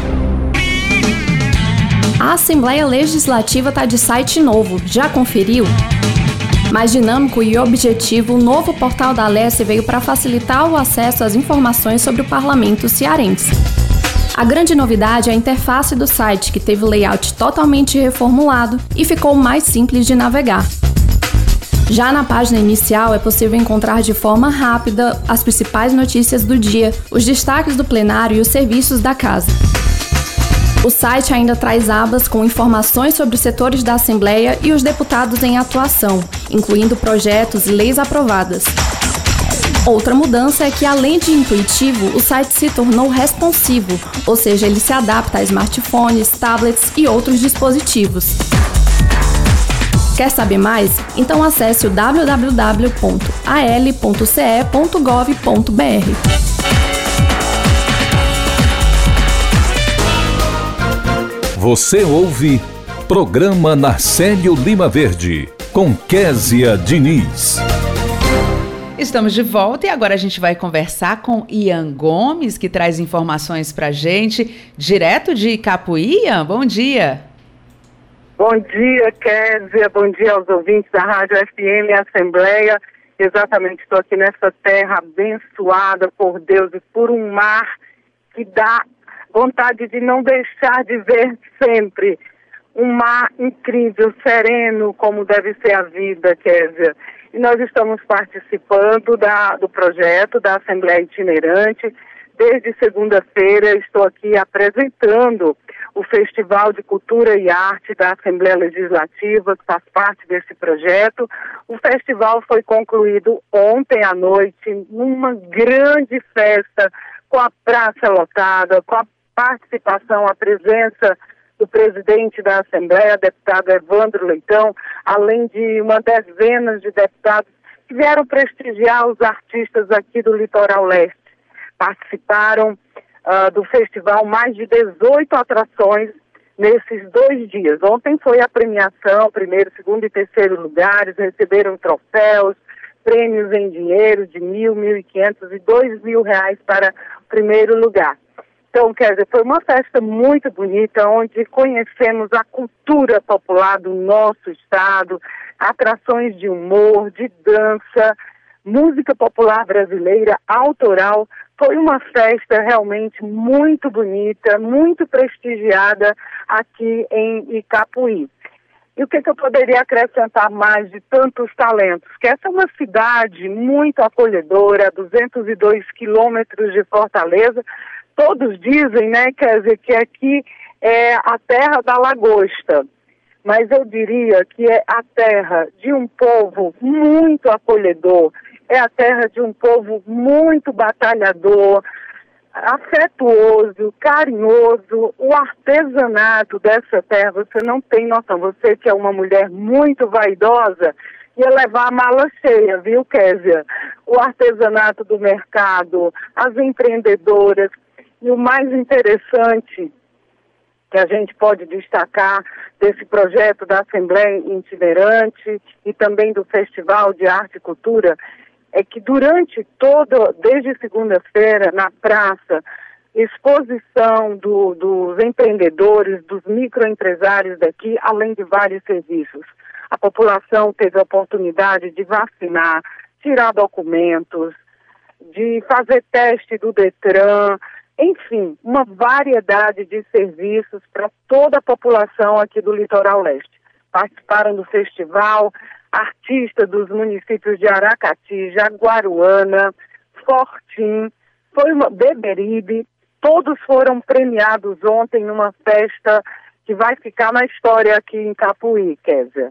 A Assembleia Legislativa está de site novo. Já conferiu? Mais dinâmico e objetivo, o novo portal da Alesse veio para facilitar o acesso às informações sobre o parlamento cearense. A grande novidade é a interface do site, que teve o layout totalmente reformulado e ficou mais simples de navegar. Já na página inicial é possível encontrar de forma rápida as principais notícias do dia, os destaques do plenário e os serviços da casa. O site ainda traz abas com informações sobre os setores da Assembleia e os deputados em atuação, incluindo projetos e leis aprovadas. Outra mudança é que, além de intuitivo, o site se tornou responsivo, ou seja, ele se adapta a smartphones, tablets e outros dispositivos. Quer saber mais? Então acesse o w w w ponto a l ponto c e ponto gov ponto b r. Você ouve Programa Narcélio Lima Verde, com Késia Diniz. Estamos de volta e agora a gente vai conversar com Ian Gomes, que traz informações pra gente, direto de Capuí. Ian, bom dia. Bom dia, Késia, bom dia aos ouvintes da Rádio F M Assembleia. Exatamente, estou aqui nessa terra abençoada por Deus e por um mar que dá vontade de não deixar de ver sempre. Um mar incrível, sereno, como deve ser a vida, Késia. E nós estamos participando da, do projeto da Assembleia Itinerante. Desde segunda-feira estou aqui apresentando o Festival de Cultura e Arte da Assembleia Legislativa, que faz parte desse projeto. O festival foi concluído ontem à noite, numa grande festa, com a praça lotada, com a participação, a presença do presidente da Assembleia, deputado Evandro Leitão, além de uma dezena de deputados que vieram prestigiar os artistas aqui do Litoral Leste. Participaram uh, do festival mais de dezoito atrações nesses dois dias. Ontem foi a premiação, primeiro, segundo e terceiro lugares, receberam troféus, prêmios em dinheiro de mil, mil e quinhentos e dois mil reais para o primeiro lugar. Então, quer dizer, foi uma festa muito bonita, onde conhecemos a cultura popular do nosso estado, atrações de humor, de dança, música popular brasileira, autoral. Foi uma festa realmente muito bonita, muito prestigiada aqui em Icapuí. E o que, que eu poderia acrescentar mais de tantos talentos? Que essa é uma cidade muito acolhedora, a duzentos e dois quilômetros de Fortaleza. Todos dizem, né, quer dizer, que aqui é a terra da lagosta, mas eu diria que é a terra de um povo muito acolhedor, é a terra de um povo muito batalhador, afetuoso, carinhoso. O artesanato dessa terra, você não tem noção, você que é uma mulher muito vaidosa, ia levar a mala cheia, viu, Kézia? O artesanato do mercado, as empreendedoras. E o mais interessante que a gente pode destacar desse projeto da Assembleia Itinerante e também do Festival de Arte e Cultura é que durante todo, desde segunda-feira, na praça, exposição do, dos empreendedores, dos microempresários daqui, além de vários serviços. A população teve a oportunidade de vacinar, tirar documentos, de fazer teste do Detran, enfim, uma variedade de serviços para toda a população aqui do Litoral Leste. Participaram do festival artistas dos municípios de Aracati, Jaguaruana, Fortim, foi uma Beberibe, todos foram premiados ontem numa festa que vai ficar na história aqui em Capuí, Kézia.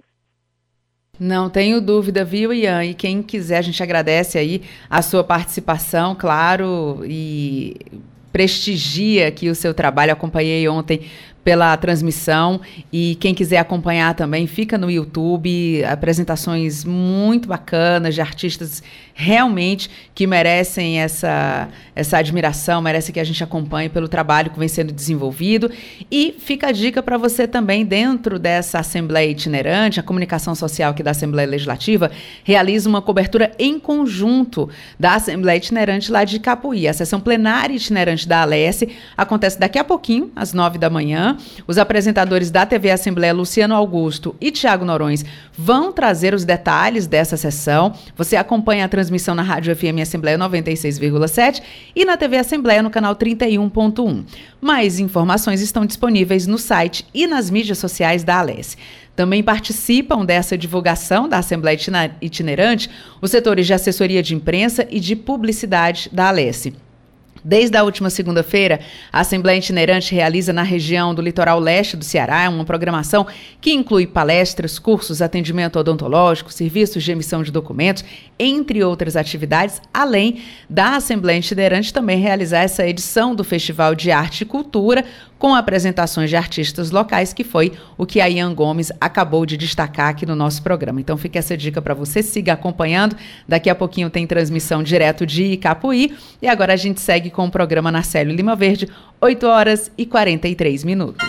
Não tenho dúvida, viu, Ian? E quem quiser, a gente agradece aí a sua participação, claro, e prestigia aqui o seu trabalho. Acompanhei ontem pela transmissão e quem quiser acompanhar também, fica no YouTube, apresentações muito bacanas de artistas realmente que merecem essa, essa admiração, merecem que a gente acompanhe pelo trabalho que vem sendo desenvolvido. E fica a dica para você também, dentro dessa Assembleia Itinerante, a comunicação social aqui da Assembleia Legislativa realiza uma cobertura em conjunto da Assembleia Itinerante lá de Capuí. A sessão plenária itinerante da Alesse acontece daqui a pouquinho, às nove da manhã. Os apresentadores da T V Assembleia, Luciano Augusto e Tiago Norões, vão trazer os detalhes dessa sessão. Você acompanha a transmissão na Rádio F M Assembleia noventa e seis vírgula sete e na T V Assembleia no canal trinta e um ponto um. Mais informações estão disponíveis no site e nas mídias sociais da Alesse. Também participam dessa divulgação da Assembleia Itinerante os setores de assessoria de imprensa e de publicidade da Alesse. Desde a última segunda-feira, a Assembleia Itinerante realiza na região do litoral leste do Ceará uma programação que inclui palestras, cursos, atendimento odontológico, serviços de emissão de documentos, entre outras atividades, além da Assembleia Itinerante também realizar essa edição do Festival de Arte e Cultura, com apresentações de artistas locais, que foi o que a Ian Gomes acabou de destacar aqui no nosso programa. Então fica essa dica para você, siga acompanhando. Daqui a pouquinho tem transmissão direto de Capuí. E agora a gente segue com o programa Narcélio Lima Verde, oito horas e quarenta e três minutos.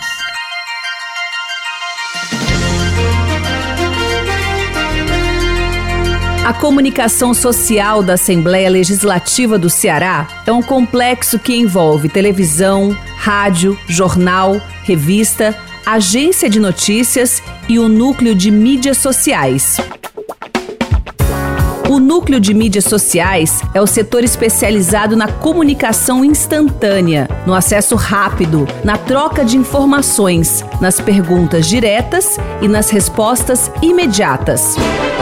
A comunicação social da Assembleia Legislativa do Ceará é um complexo que envolve televisão, rádio, jornal, revista, agência de notícias e o núcleo de mídias sociais. O núcleo de mídias sociais é o setor especializado na comunicação instantânea, no acesso rápido, na troca de informações, nas perguntas diretas e nas respostas imediatas.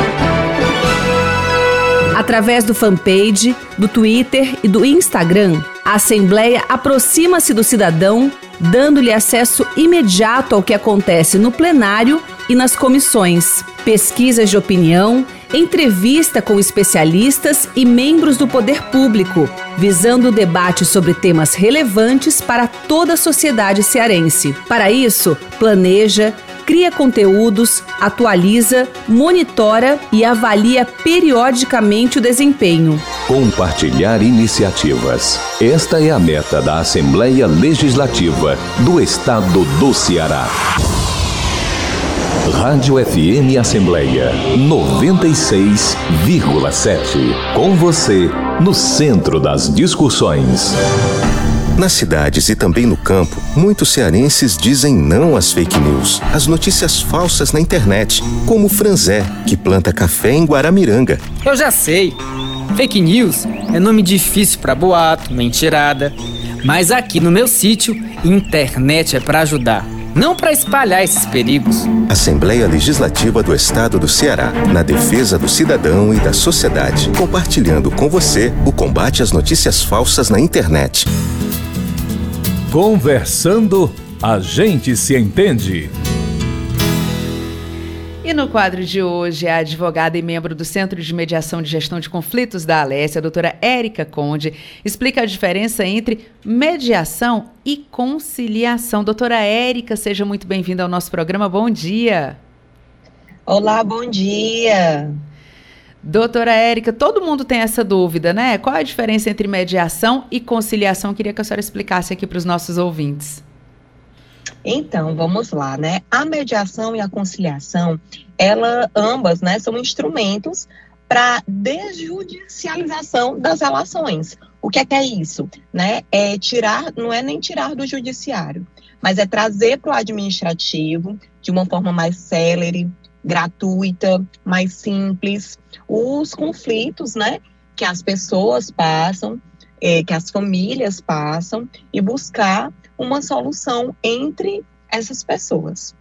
Através do fanpage, do Twitter e do Instagram, a Assembleia aproxima-se do cidadão, dando-lhe acesso imediato ao que acontece no plenário e nas comissões, pesquisas de opinião, entrevista com especialistas e membros do poder público, visando o debate sobre temas relevantes para toda a sociedade cearense. Para isso, planeja, cria conteúdos, atualiza, monitora e avalia periodicamente o desempenho. Compartilhar iniciativas. Esta é a meta da Assembleia Legislativa do Estado do Ceará. Rádio F M Assembleia noventa e seis vírgula sete. Com você, no centro das discussões. Nas cidades e também no campo, muitos cearenses dizem não às fake news, às notícias falsas na internet, como o Franzé, que planta café em Guaramiranga. Eu já sei. Fake news é nome difícil para boato, mentirada. Mas aqui no meu sítio, internet é para ajudar, não para espalhar esses perigos. Assembleia Legislativa do Estado do Ceará, na defesa do cidadão e da sociedade, compartilhando com você o combate às notícias falsas na internet. Conversando, a gente se entende. E no quadro de hoje, a advogada e membro do Centro de Mediação de Gestão de Conflitos da Alesse, a doutora Érica Conde, explica a diferença entre mediação e conciliação. Doutora Érica, seja muito bem-vinda ao nosso programa. Bom dia. Olá, bom dia. Doutora Érica, todo mundo tem essa dúvida, né? Qual a diferença entre mediação e conciliação? Queria que a senhora explicasse aqui para os nossos ouvintes. Então, vamos lá, né? A mediação e a conciliação, ela, ambas, né, são instrumentos para desjudicialização das relações. O que é que é isso? Né? É tirar, não é nem tirar do judiciário, mas é trazer para o administrativo de uma forma mais célere, gratuita, mais simples, os conflitos, né, que as pessoas passam, é, que as famílias passam, e buscar uma solução entre essas pessoas.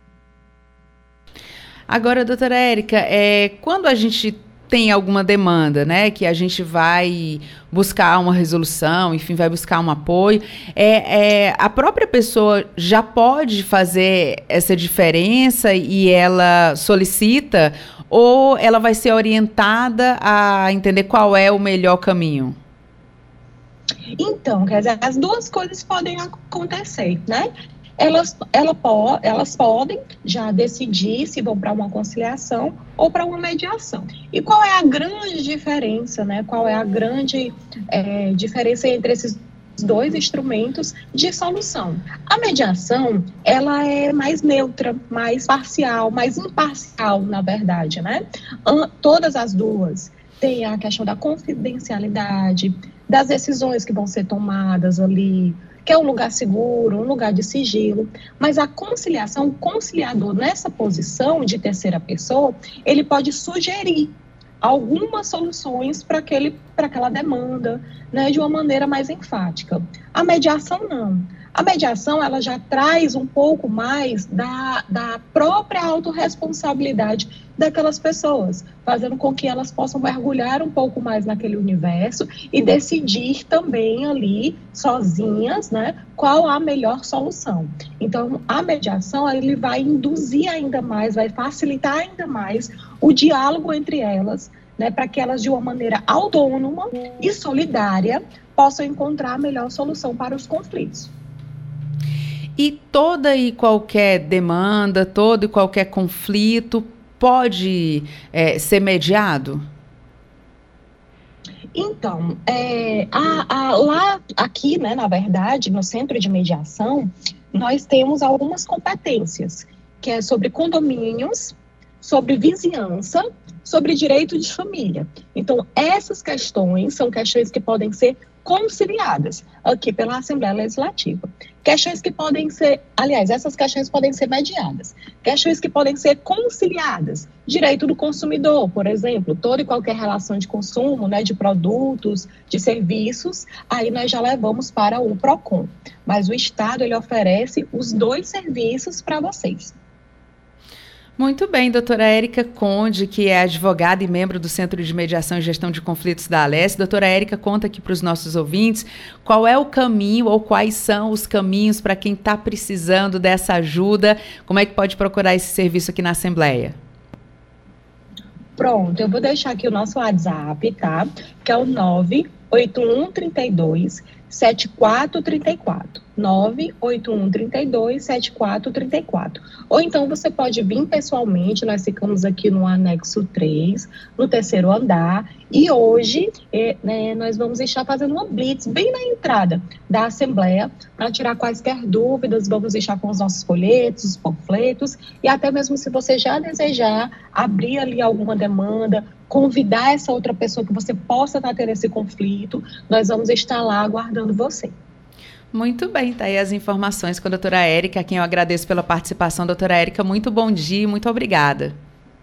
Agora, doutora Érica, é, quando a gente tem alguma demanda, né, que a gente vai buscar uma resolução, enfim, vai buscar um apoio, é, é, a própria pessoa já pode fazer essa diferença e ela solicita, ou ela vai ser orientada a entender qual é o melhor caminho? Então, quer dizer, as duas coisas podem acontecer, né? Elas, ela po- elas podem já decidir se vão para uma conciliação ou para uma mediação. E qual é a grande diferença, né? Qual é a grande é, diferença entre esses dois instrumentos de solução? A mediação, ela é mais neutra, mais parcial, mais imparcial, na verdade, né? An- todas as duas têm a questão da confidencialidade, das decisões que vão ser tomadas ali, que é um lugar seguro, um lugar de sigilo, mas a conciliação, o conciliador nessa posição de terceira pessoa, ele pode sugerir algumas soluções para aquele, para aquela demanda, né, de uma maneira mais enfática. A mediação não. A mediação, ela já traz um pouco mais da, da própria autorresponsabilidade daquelas pessoas, fazendo com que elas possam mergulhar um pouco mais naquele universo e decidir também ali, sozinhas, né, qual a melhor solução. Então, a mediação, ele vai induzir ainda mais, vai facilitar ainda mais o diálogo entre elas, né, para que elas, de uma maneira autônoma e solidária, possam encontrar a melhor solução para os conflitos. E toda e qualquer demanda, todo e qualquer conflito pode é, ser mediado? Então, é, a, a, lá, aqui, né, na verdade, no Centro de Mediação, nós temos algumas competências, que é sobre condomínios, sobre vizinhança, sobre direito de família. Então, essas questões são questões que podem ser conciliadas aqui pela Assembleia Legislativa. Questões que podem ser, aliás, essas questões podem ser mediadas. Questões que podem ser conciliadas. Direito do consumidor, por exemplo, toda e qualquer relação de consumo, né, de produtos, de serviços, aí nós já levamos para o PROCON. Mas o Estado, ele oferece os dois serviços para vocês. Muito bem, doutora Érica Conde, que é advogada e membro do Centro de Mediação e Gestão de Conflitos da Alesse. Doutora Érica, conta aqui para os nossos ouvintes qual é o caminho ou quais são os caminhos para quem está precisando dessa ajuda, como é que pode procurar esse serviço aqui na Assembleia? Pronto, eu vou deixar aqui o nosso WhatsApp, tá? Que é o nove oito um, três dois, sete quatro três quatro. nove oito um, três dois, sete quatro três quatro. Ou então você pode vir pessoalmente, nós ficamos aqui no anexo três, no terceiro andar, e hoje é, né, nós vamos estar fazendo uma blitz bem na entrada da Assembleia, para tirar quaisquer dúvidas, vamos estar com os nossos folhetos, os panfletos, e até mesmo se você já desejar abrir ali alguma demanda, convidar essa outra pessoa que você possa estar tendo esse conflito, nós vamos estar lá aguardando você. Muito bem, tá aí as informações com a doutora Érica, a quem eu agradeço pela participação. Doutora Érica, muito bom dia, muito obrigada.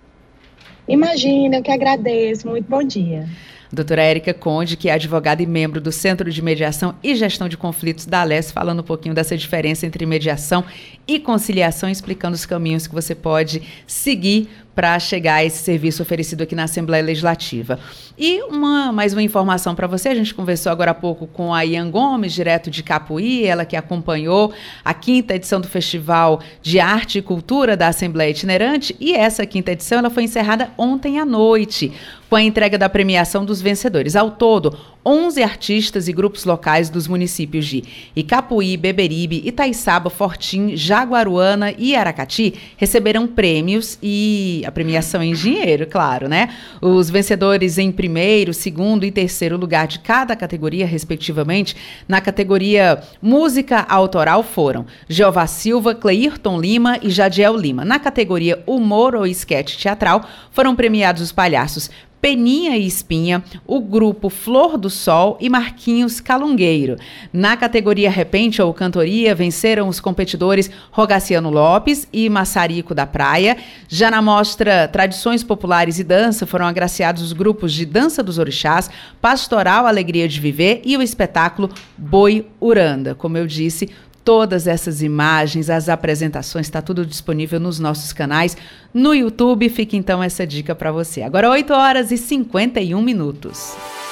Imagina, eu que agradeço, muito bom dia. Doutora Érica Conde, que é advogada e membro do Centro de Mediação e Gestão de Conflitos da Alesse, falando um pouquinho dessa diferença entre mediação e conciliação, explicando os caminhos que você pode seguir para chegar a esse serviço oferecido aqui na Assembleia Legislativa. E uma, mais uma informação para você, a gente conversou agora há pouco com a Ian Gomes, direto de Capuí, ela que acompanhou a quinta edição do Festival de Arte e Cultura da Assembleia Itinerante, e essa quinta edição ela foi encerrada ontem à noite, com a entrega da premiação dos vencedores. Ao todo, onze artistas e grupos locais dos municípios de Icapuí, Beberibe, Itaiçaba, Fortim, Jaguaruana e Aracati receberam prêmios e a premiação em dinheiro, claro, né? Os vencedores em primeiro, segundo e terceiro lugar de cada categoria, respectivamente, na categoria Música Autoral foram Jeová Silva, Cleirton Lima e Jadiel Lima. Na categoria Humor ou Esquete Teatral, foram premiados os palhaços Peninha e Espinha, o grupo Flor do Sol e Marquinhos Calungueiro. Na categoria Repente ou Cantoria, venceram os competidores Rogaciano Lopes e Massarico da Praia. Já na mostra Tradições Populares e Dança, foram agraciados os grupos de Dança dos Orixás, Pastoral Alegria de Viver e o espetáculo Boi Uranda. Como eu disse, todas essas imagens, as apresentações, está tudo disponível nos nossos canais no YouTube. Fica então essa dica para você. Agora oito horas e cinquenta e um minutos.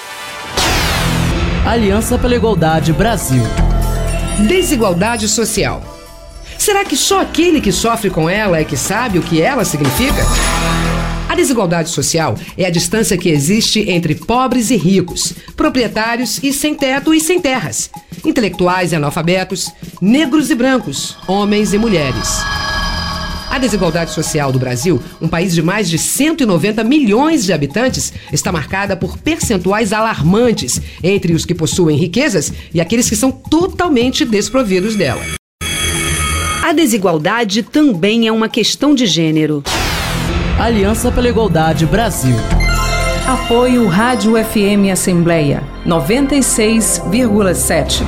Aliança pela Igualdade Brasil. Desigualdade social. Será que só aquele que sofre com ela é que sabe o que ela significa? A desigualdade social é a distância que existe entre pobres e ricos, proprietários e sem teto e sem terras, intelectuais e analfabetos, negros e brancos, homens e mulheres. A desigualdade social do Brasil, um país de mais de cento e noventa milhões de habitantes, está marcada por percentuais alarmantes entre os que possuem riquezas e aqueles que são totalmente desprovidos dela. A desigualdade também é uma questão de gênero. Aliança pela Igualdade Brasil. Apoio Rádio F M Assembleia noventa e seis vírgula sete.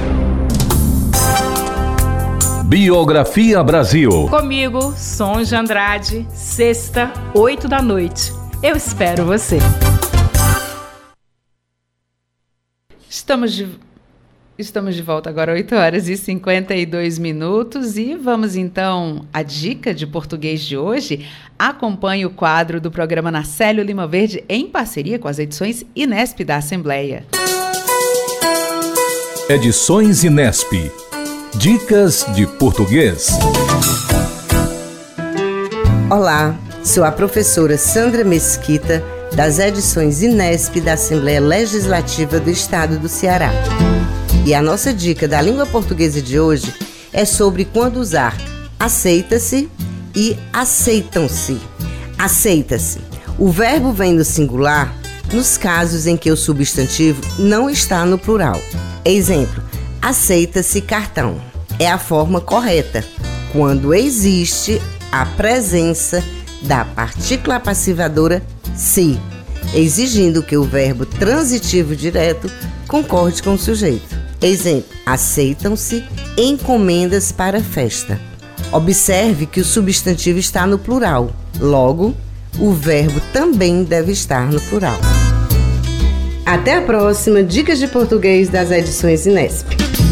Biografia Brasil. Comigo, Sonja Andrade, sexta, oito da noite. Eu espero você. Estamos de, estamos de volta agora, oito horas e cinquenta e dois minutos, e vamos então à dica de português de hoje. Acompanhe o quadro do programa Nacélio Lima Verde em parceria com as edições Inesp da Assembleia. Edições Inesp. Dicas de português. Olá, sou a professora Sandra Mesquita, das edições Inesp da Assembleia Legislativa do Estado do Ceará. E a nossa dica da língua portuguesa de hoje é sobre quando usar aceita-se e aceitam-se. Aceita-se. O verbo vem no singular nos casos em que o substantivo não está no plural. Exemplo, aceita-se cartão. É a forma correta, quando existe a presença da partícula passivadora se, exigindo que o verbo transitivo direto concorde com o sujeito. Exemplo, aceitam-se encomendas para festa. Observe que o substantivo está no plural, logo, o verbo também deve estar no plural. Até a próxima Dicas de Português das edições Inesp.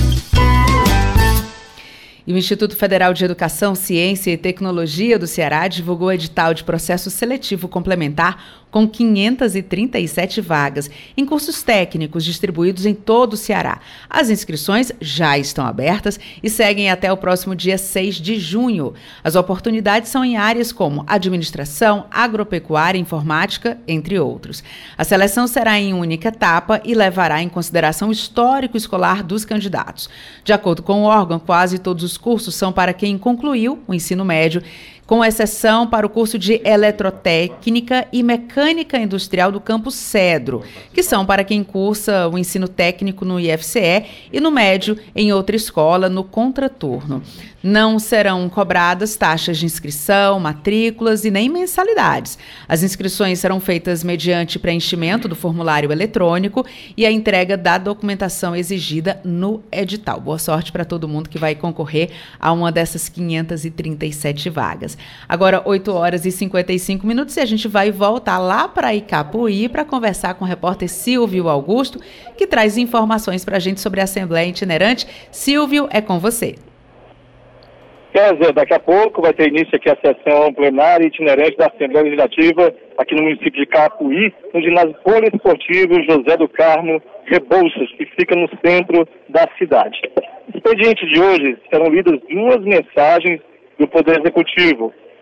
E o Instituto Federal de Educação, Ciência e Tecnologia do Ceará divulgou edital de processo seletivo complementar com quinhentas e trinta e sete vagas em cursos técnicos distribuídos em todo o Ceará. As inscrições já estão abertas e seguem até o próximo dia seis de junho. As oportunidades são em áreas como administração, agropecuária, informática, entre outros. A seleção será em única etapa e levará em consideração o histórico escolar dos candidatos. De acordo com o órgão, quase todos os cursos são para quem concluiu o ensino médio, com exceção para o curso de Eletrotécnica e Mecânica Industrial do Campus Cedro, que são para quem cursa o ensino técnico no I F C E e no médio em outra escola no contraturno. Não serão cobradas taxas de inscrição, matrículas e nem mensalidades. As inscrições serão feitas mediante preenchimento do formulário eletrônico e a entrega da documentação exigida no edital. Boa sorte para todo mundo que vai concorrer a uma dessas quinhentas e trinta e sete vagas. Agora, oito horas e cinquenta e cinco minutos, e a gente vai voltar lá para Icapuí para conversar com o repórter Silvio Augusto, que traz informações para a gente sobre a Assembleia Itinerante. Silvio, é com você. Kézia, daqui a pouco vai ter início aqui a sessão plenária itinerante da Assembleia Legislativa aqui no município de Icapuí, no ginásio poliesportivo José do Carmo Rebouças, que fica no centro da cidade. No expediente de hoje serão lidas duas mensagens do Poder Executivo.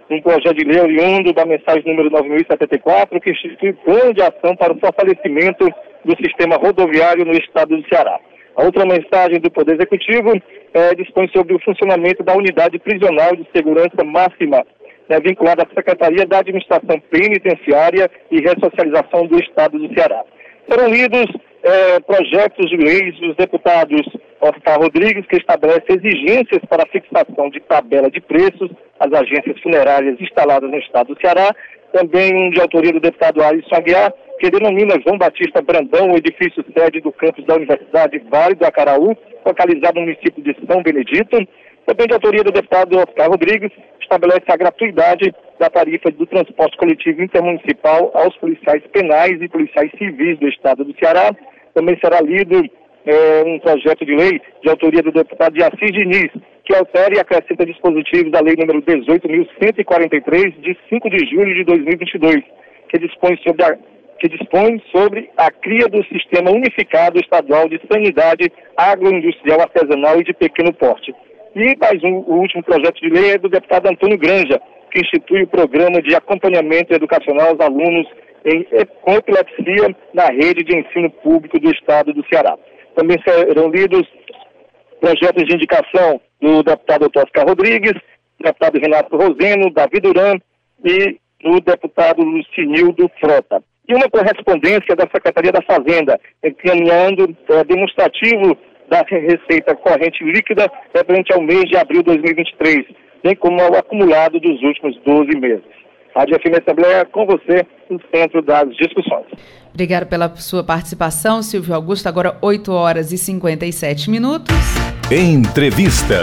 um projeto de lei oriundo da mensagem número nove mil e setenta e quatro, que institui plano de ação para o fortalecimento do sistema rodoviário no estado do Ceará. A outra mensagem do Poder Executivo é, dispõe sobre o funcionamento da Unidade Prisional de Segurança Máxima, né, vinculada à Secretaria da Administração Penitenciária e Ressocialização do estado do Ceará. Serão lidos é, projetos de leis dos deputados Oscar Rodrigues, que estabelece exigências para a fixação de tabela de preços às agências funerárias instaladas no estado do Ceará. Também um de autoria do deputado Alisson Aguiar, que denomina João Batista Brandão o edifício sede do campus da Universidade Vale do Acaraú, localizado no município de São Benedito. Também de autoria do deputado Oscar Rodrigues, estabelece a gratuidade da tarifa do transporte coletivo intermunicipal aos policiais penais e policiais civis do estado do Ceará. Também será lido é, um projeto de lei de autoria do deputado Assis Diniz, que altera e acrescenta dispositivos da lei número dezoito mil cento e quarenta e três, de cinco de julho de dois mil e vinte e dois, que dispõe sobre a, que dispõe sobre a cria do Sistema Unificado Estadual de Sanidade Agroindustrial Artesanal e de Pequeno Porte. E mais um, o último projeto de lei é do deputado Antônio Granja, que institui o programa de acompanhamento educacional aos alunos em, com epilepsia na rede de ensino público do estado do Ceará. Também serão lidos projetos de indicação do deputado Oscar Rodrigues, deputado Renato Roseno, Davi Duran e do deputado Lucinildo Frota. E uma correspondência da Secretaria da Fazenda, encaminhando é, demonstrativo da receita corrente líquida referente ao mês de abril de dois mil e vinte e três, bem como ao acumulado dos últimos doze meses. Rádio F M Assembleia, com você, no centro das discussões. Obrigada pela sua participação, Silvio Augusto. Agora oito horas e cinquenta e sete minutos. Entrevista.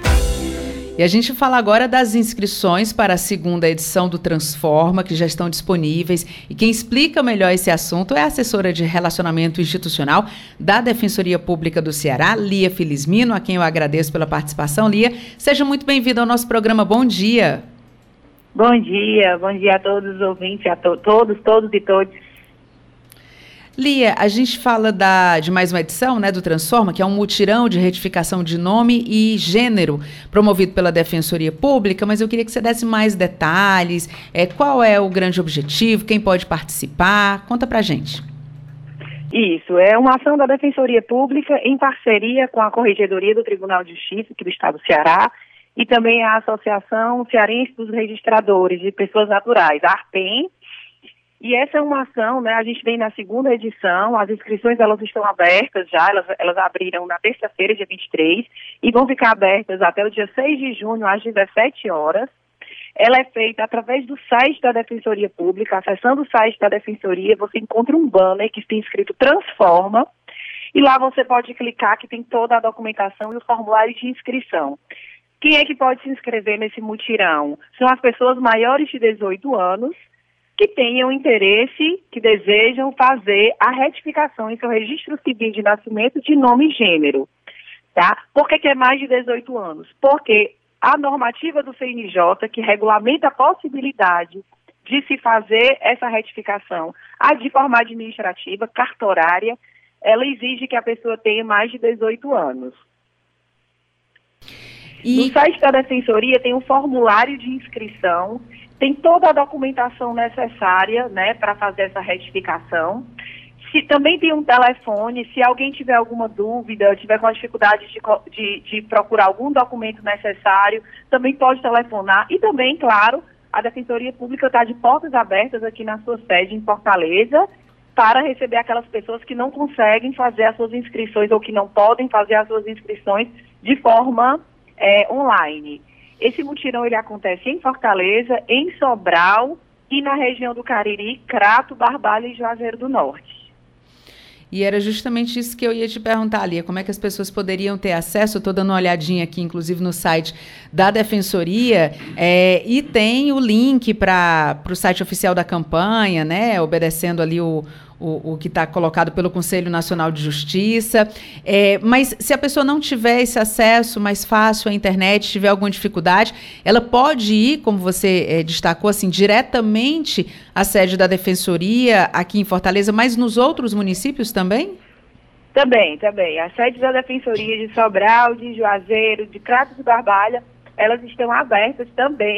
E a gente fala agora das inscrições para a segunda edição do Transforma, que já estão disponíveis. E quem explica melhor esse assunto é a assessora de Relacionamento Institucional da Defensoria Pública do Ceará, Lia Felizmino, a quem eu agradeço pela participação. Lia, seja muito bem-vinda ao nosso programa. Bom dia. Bom dia, bom dia a todos os ouvintes, a to- todos, todos e todos. Lia, a gente fala da, de mais uma edição, né, do Transforma, que é um mutirão de retificação de nome e gênero promovido pela Defensoria Pública, mas eu queria que você desse mais detalhes, é, qual é o grande objetivo, quem pode participar, conta pra gente. Isso, é uma ação da Defensoria Pública em parceria com a Corregedoria do Tribunal de Justiça aqui do Estado do Ceará e também a Associação Cearense dos Registradores de Pessoas Naturais, a ARPEN. E essa é uma ação, né, a gente vem na segunda edição, as inscrições elas estão abertas já, elas, elas abriram na terça-feira, dia vinte e três, e vão ficar abertas até o dia seis de junho, às dezessete horas. Ela é feita através do site da Defensoria Pública. Acessando o site da Defensoria, você encontra um banner que tem escrito Transforma, e lá você pode clicar que tem toda a documentação e o formulário de inscrição. Quem é que pode se inscrever nesse mutirão? São as pessoas maiores de dezoito anos, que tenham interesse, que desejam fazer a retificação em seu registro civil de nascimento de nome e gênero, tá? Por que que é mais de dezoito anos? Porque a normativa do C N J, que regulamenta a possibilidade de se fazer essa retificação a de forma administrativa, cartorária, ela exige que a pessoa tenha mais de dezoito anos. E... No site da Defensoria tem um formulário de inscrição, tem toda a documentação necessária, né, para fazer essa retificação. Se, também tem um telefone, se alguém tiver alguma dúvida, tiver com dificuldade de, de, de procurar algum documento necessário, também pode telefonar. E também, claro, a Defensoria Pública está de portas abertas aqui na sua sede em Fortaleza para receber aquelas pessoas que não conseguem fazer as suas inscrições ou que não podem fazer as suas inscrições de forma é, online. Esse mutirão ele acontece em Fortaleza, em Sobral e na região do Cariri, Crato, Barbalha e Juazeiro do Norte. E era justamente isso que eu ia te perguntar, Lia, como é que as pessoas poderiam ter acesso? Eu estou dando uma olhadinha aqui, inclusive, no site da Defensoria, é, e tem o link para o site oficial da campanha, né, obedecendo ali o, o, o que está colocado pelo Conselho Nacional de Justiça. É, mas se a pessoa não tiver esse acesso mais fácil à internet, tiver alguma dificuldade, ela pode ir, como você é, destacou, assim, diretamente à sede da Defensoria aqui em Fortaleza, mas nos outros municípios também? Também, também. As sedes da Defensoria de Sobral, de Juazeiro, de Crato e Barbalha, elas estão abertas também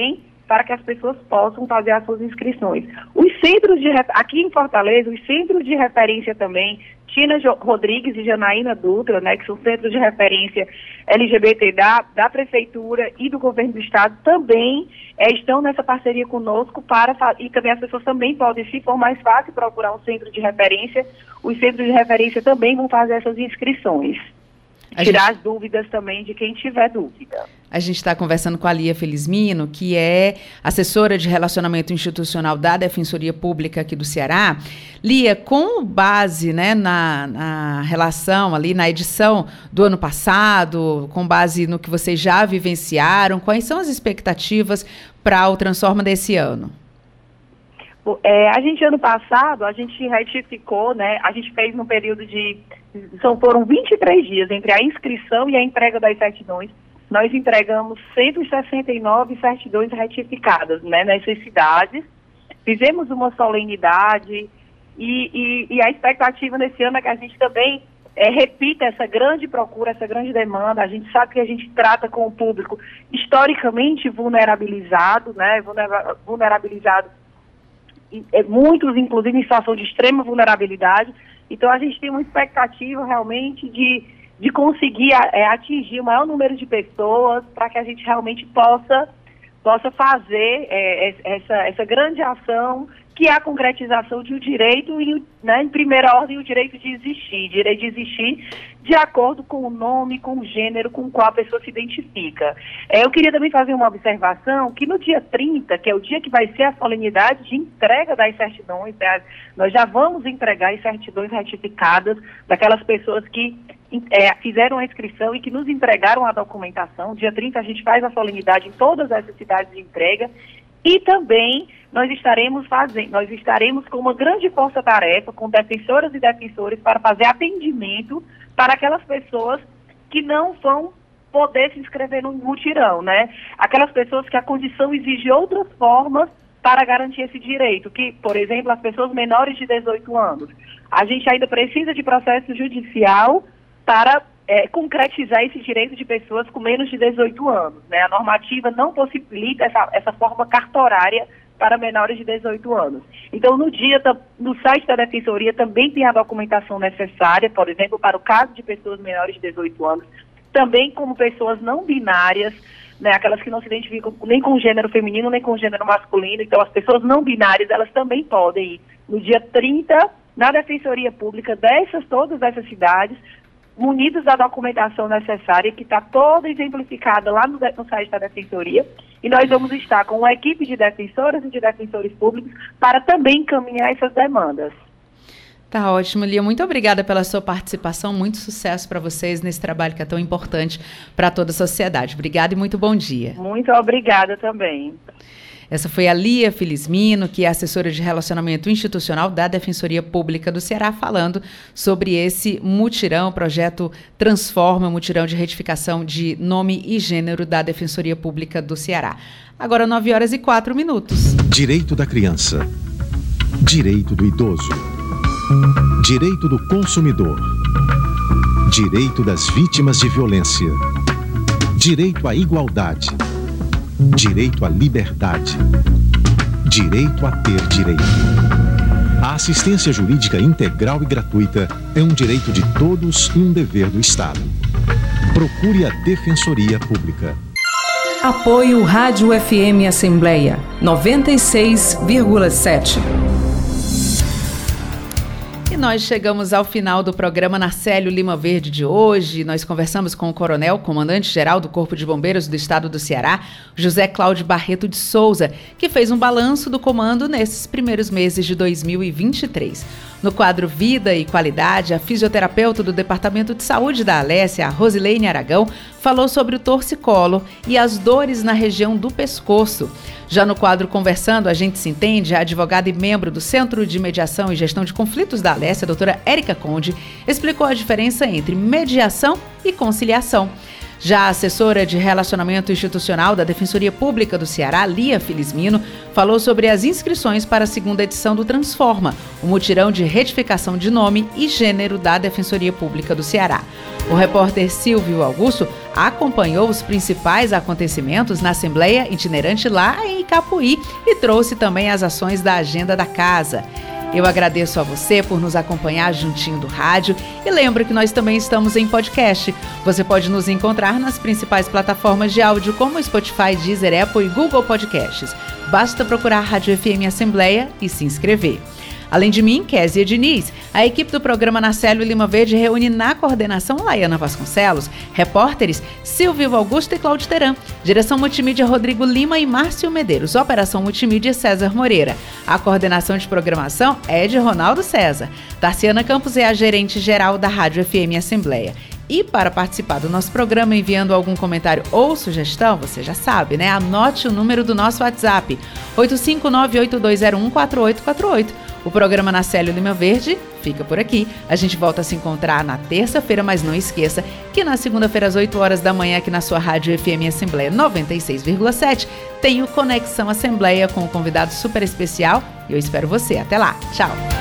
para que as pessoas possam fazer as suas inscrições. Os centros de, aqui em Fortaleza, os centros de referência também, Tina Rodrigues e Janaína Dutra, né, que são centros de referência L G B T da, da Prefeitura e do Governo do Estado, também é, estão nessa parceria conosco para, e também as pessoas também podem, se for mais fácil, procurar um centro de referência. Os centros de referência também vão fazer essas inscrições. Tirar gente... as dúvidas também de quem tiver dúvida. A gente está conversando com a Lia Felizmino, que é assessora de relacionamento institucional da Defensoria Pública aqui do Ceará. Lia, com base, né, na, na relação ali, na edição do ano passado, com base no que vocês já vivenciaram, quais são as expectativas para o Transforma desse ano? É, a gente, ano passado, a gente retificou, né, a gente fez num período de, são, foram vinte e três dias entre a inscrição e a entrega das certidões. Nós entregamos cento e sessenta e nove certidões retificadas, né, nessas cidades. Fizemos uma solenidade e, e, e a expectativa nesse ano é que a gente também é, repita essa grande procura, essa grande demanda. A gente sabe que a gente trata com o público historicamente vulnerabilizado, né, vulnerabilizado, muitos, inclusive, em situação de extrema vulnerabilidade. Então, a gente tem uma expectativa, realmente, de, de conseguir é, atingir o maior número de pessoas para que a gente realmente possa, possa fazer é, essa, essa grande ação, que é a concretização de um direito, e, né, em primeira ordem, o direito de existir. Direito de existir de acordo com o nome, com o gênero com o qual a pessoa se identifica. É, eu queria também fazer uma observação que no dia trinta, que é o dia que vai ser a solenidade de entrega das certidões, né, nós já vamos entregar as certidões retificadas daquelas pessoas que é, fizeram a inscrição e que nos entregaram a documentação. Dia trinta a gente faz a solenidade em todas essas cidades de entrega. E também nós estaremos fazendo, nós estaremos com uma grande força-tarefa, com defensoras e defensores, para fazer atendimento para aquelas pessoas que não vão poder se inscrever no mutirão, né? Aquelas pessoas que a condição exige outras formas para garantir esse direito, que, por exemplo, as pessoas menores de dezoito anos. A gente ainda precisa de processo judicial para É, concretizar esse direito de pessoas com menos de dezoito anos, né? A normativa não possibilita essa, essa forma cartorária para menores de dezoito anos. Então, no dia, no site da Defensoria também tem a documentação necessária, por exemplo, para o caso de pessoas menores de dezoito anos, também como pessoas não binárias, né? Aquelas que não se identificam nem com gênero feminino, nem com gênero masculino. Então, as pessoas não binárias, elas também podem ir no dia trinta, na Defensoria Pública dessas, todas essas cidades, munidos da documentação necessária, que está toda exemplificada lá no, no site da Defensoria, e nós vamos estar com uma equipe de defensoras e de defensores públicos para também encaminhar essas demandas. Tá ótimo, Lia. Muito obrigada pela sua participação, muito sucesso para vocês nesse trabalho que é tão importante para toda a sociedade. Obrigada e muito bom dia. Muito obrigada também. Essa foi a Lia Felizmino, que é assessora de relacionamento institucional da Defensoria Pública do Ceará, falando sobre esse mutirão, projeto Transforma, mutirão de retificação de nome e gênero da Defensoria Pública do Ceará. Agora nove horas e quatro minutos. Direito da criança. Direito do idoso. Direito do consumidor. Direito das vítimas de violência. Direito à igualdade. Direito à liberdade. Direito a ter direito. A assistência jurídica integral e gratuita é um direito de todos e um dever do Estado. Procure a Defensoria Pública. Apoio Rádio F M Assembleia noventa e seis vírgula sete. E nós chegamos ao final do programa Narcélio Lima Verde de hoje. Nós conversamos com o coronel, comandante-geral do Corpo de Bombeiros do Estado do Ceará, José Cláudio Barreto de Souza, que fez um balanço do comando nesses primeiros meses de dois mil e vinte e três. No quadro Vida e Qualidade, a fisioterapeuta do Departamento de Saúde da Alessia, a Rosileine Aragão, falou sobre o torcicolo e as dores na região do pescoço. Já no quadro Conversando, a gente se entende, a advogada e membro do Centro de Mediação e Gestão de Conflitos da Alessia, a doutora Érica Conde, explicou a diferença entre mediação e conciliação. Já a assessora de Relacionamento Institucional da Defensoria Pública do Ceará, Lia Felizmino, falou sobre as inscrições para a segunda edição do Transforma, o mutirão de retificação de nome e gênero da Defensoria Pública do Ceará. O repórter Silvio Augusto acompanhou os principais acontecimentos na Assembleia Itinerante lá em Icapuí e trouxe também as ações da agenda da casa. Eu agradeço a você por nos acompanhar juntinho do rádio e lembro que nós também estamos em podcast. Você pode nos encontrar nas principais plataformas de áudio como Spotify, Deezer, Apple e Google Podcasts. Basta procurar Rádio F M Assembleia e se inscrever. Além de mim, Kézia Diniz, a equipe do programa Nacélio Lima Verde reúne na coordenação Laiana Vasconcelos, repórteres Silvio Augusto e Cláudio Teran, direção multimídia Rodrigo Lima e Márcio Medeiros, operação multimídia César Moreira. A coordenação de programação é de Ronaldo César. Tarciana Campos é a gerente geral da Rádio F M Assembleia. E para participar do nosso programa enviando algum comentário ou sugestão, você já sabe, né? Anote o número do nosso WhatsApp, oito cinco nove oito dois zero um quatro oito quatro oito. O programa Nacélio Lima Verde fica por aqui. A gente volta a se encontrar na terça-feira, mas não esqueça que na segunda-feira às oito horas da manhã aqui na sua Rádio F M Assembleia noventa e seis vírgula sete tem o Conexão Assembleia com um convidado super especial e eu espero você. Até lá. Tchau.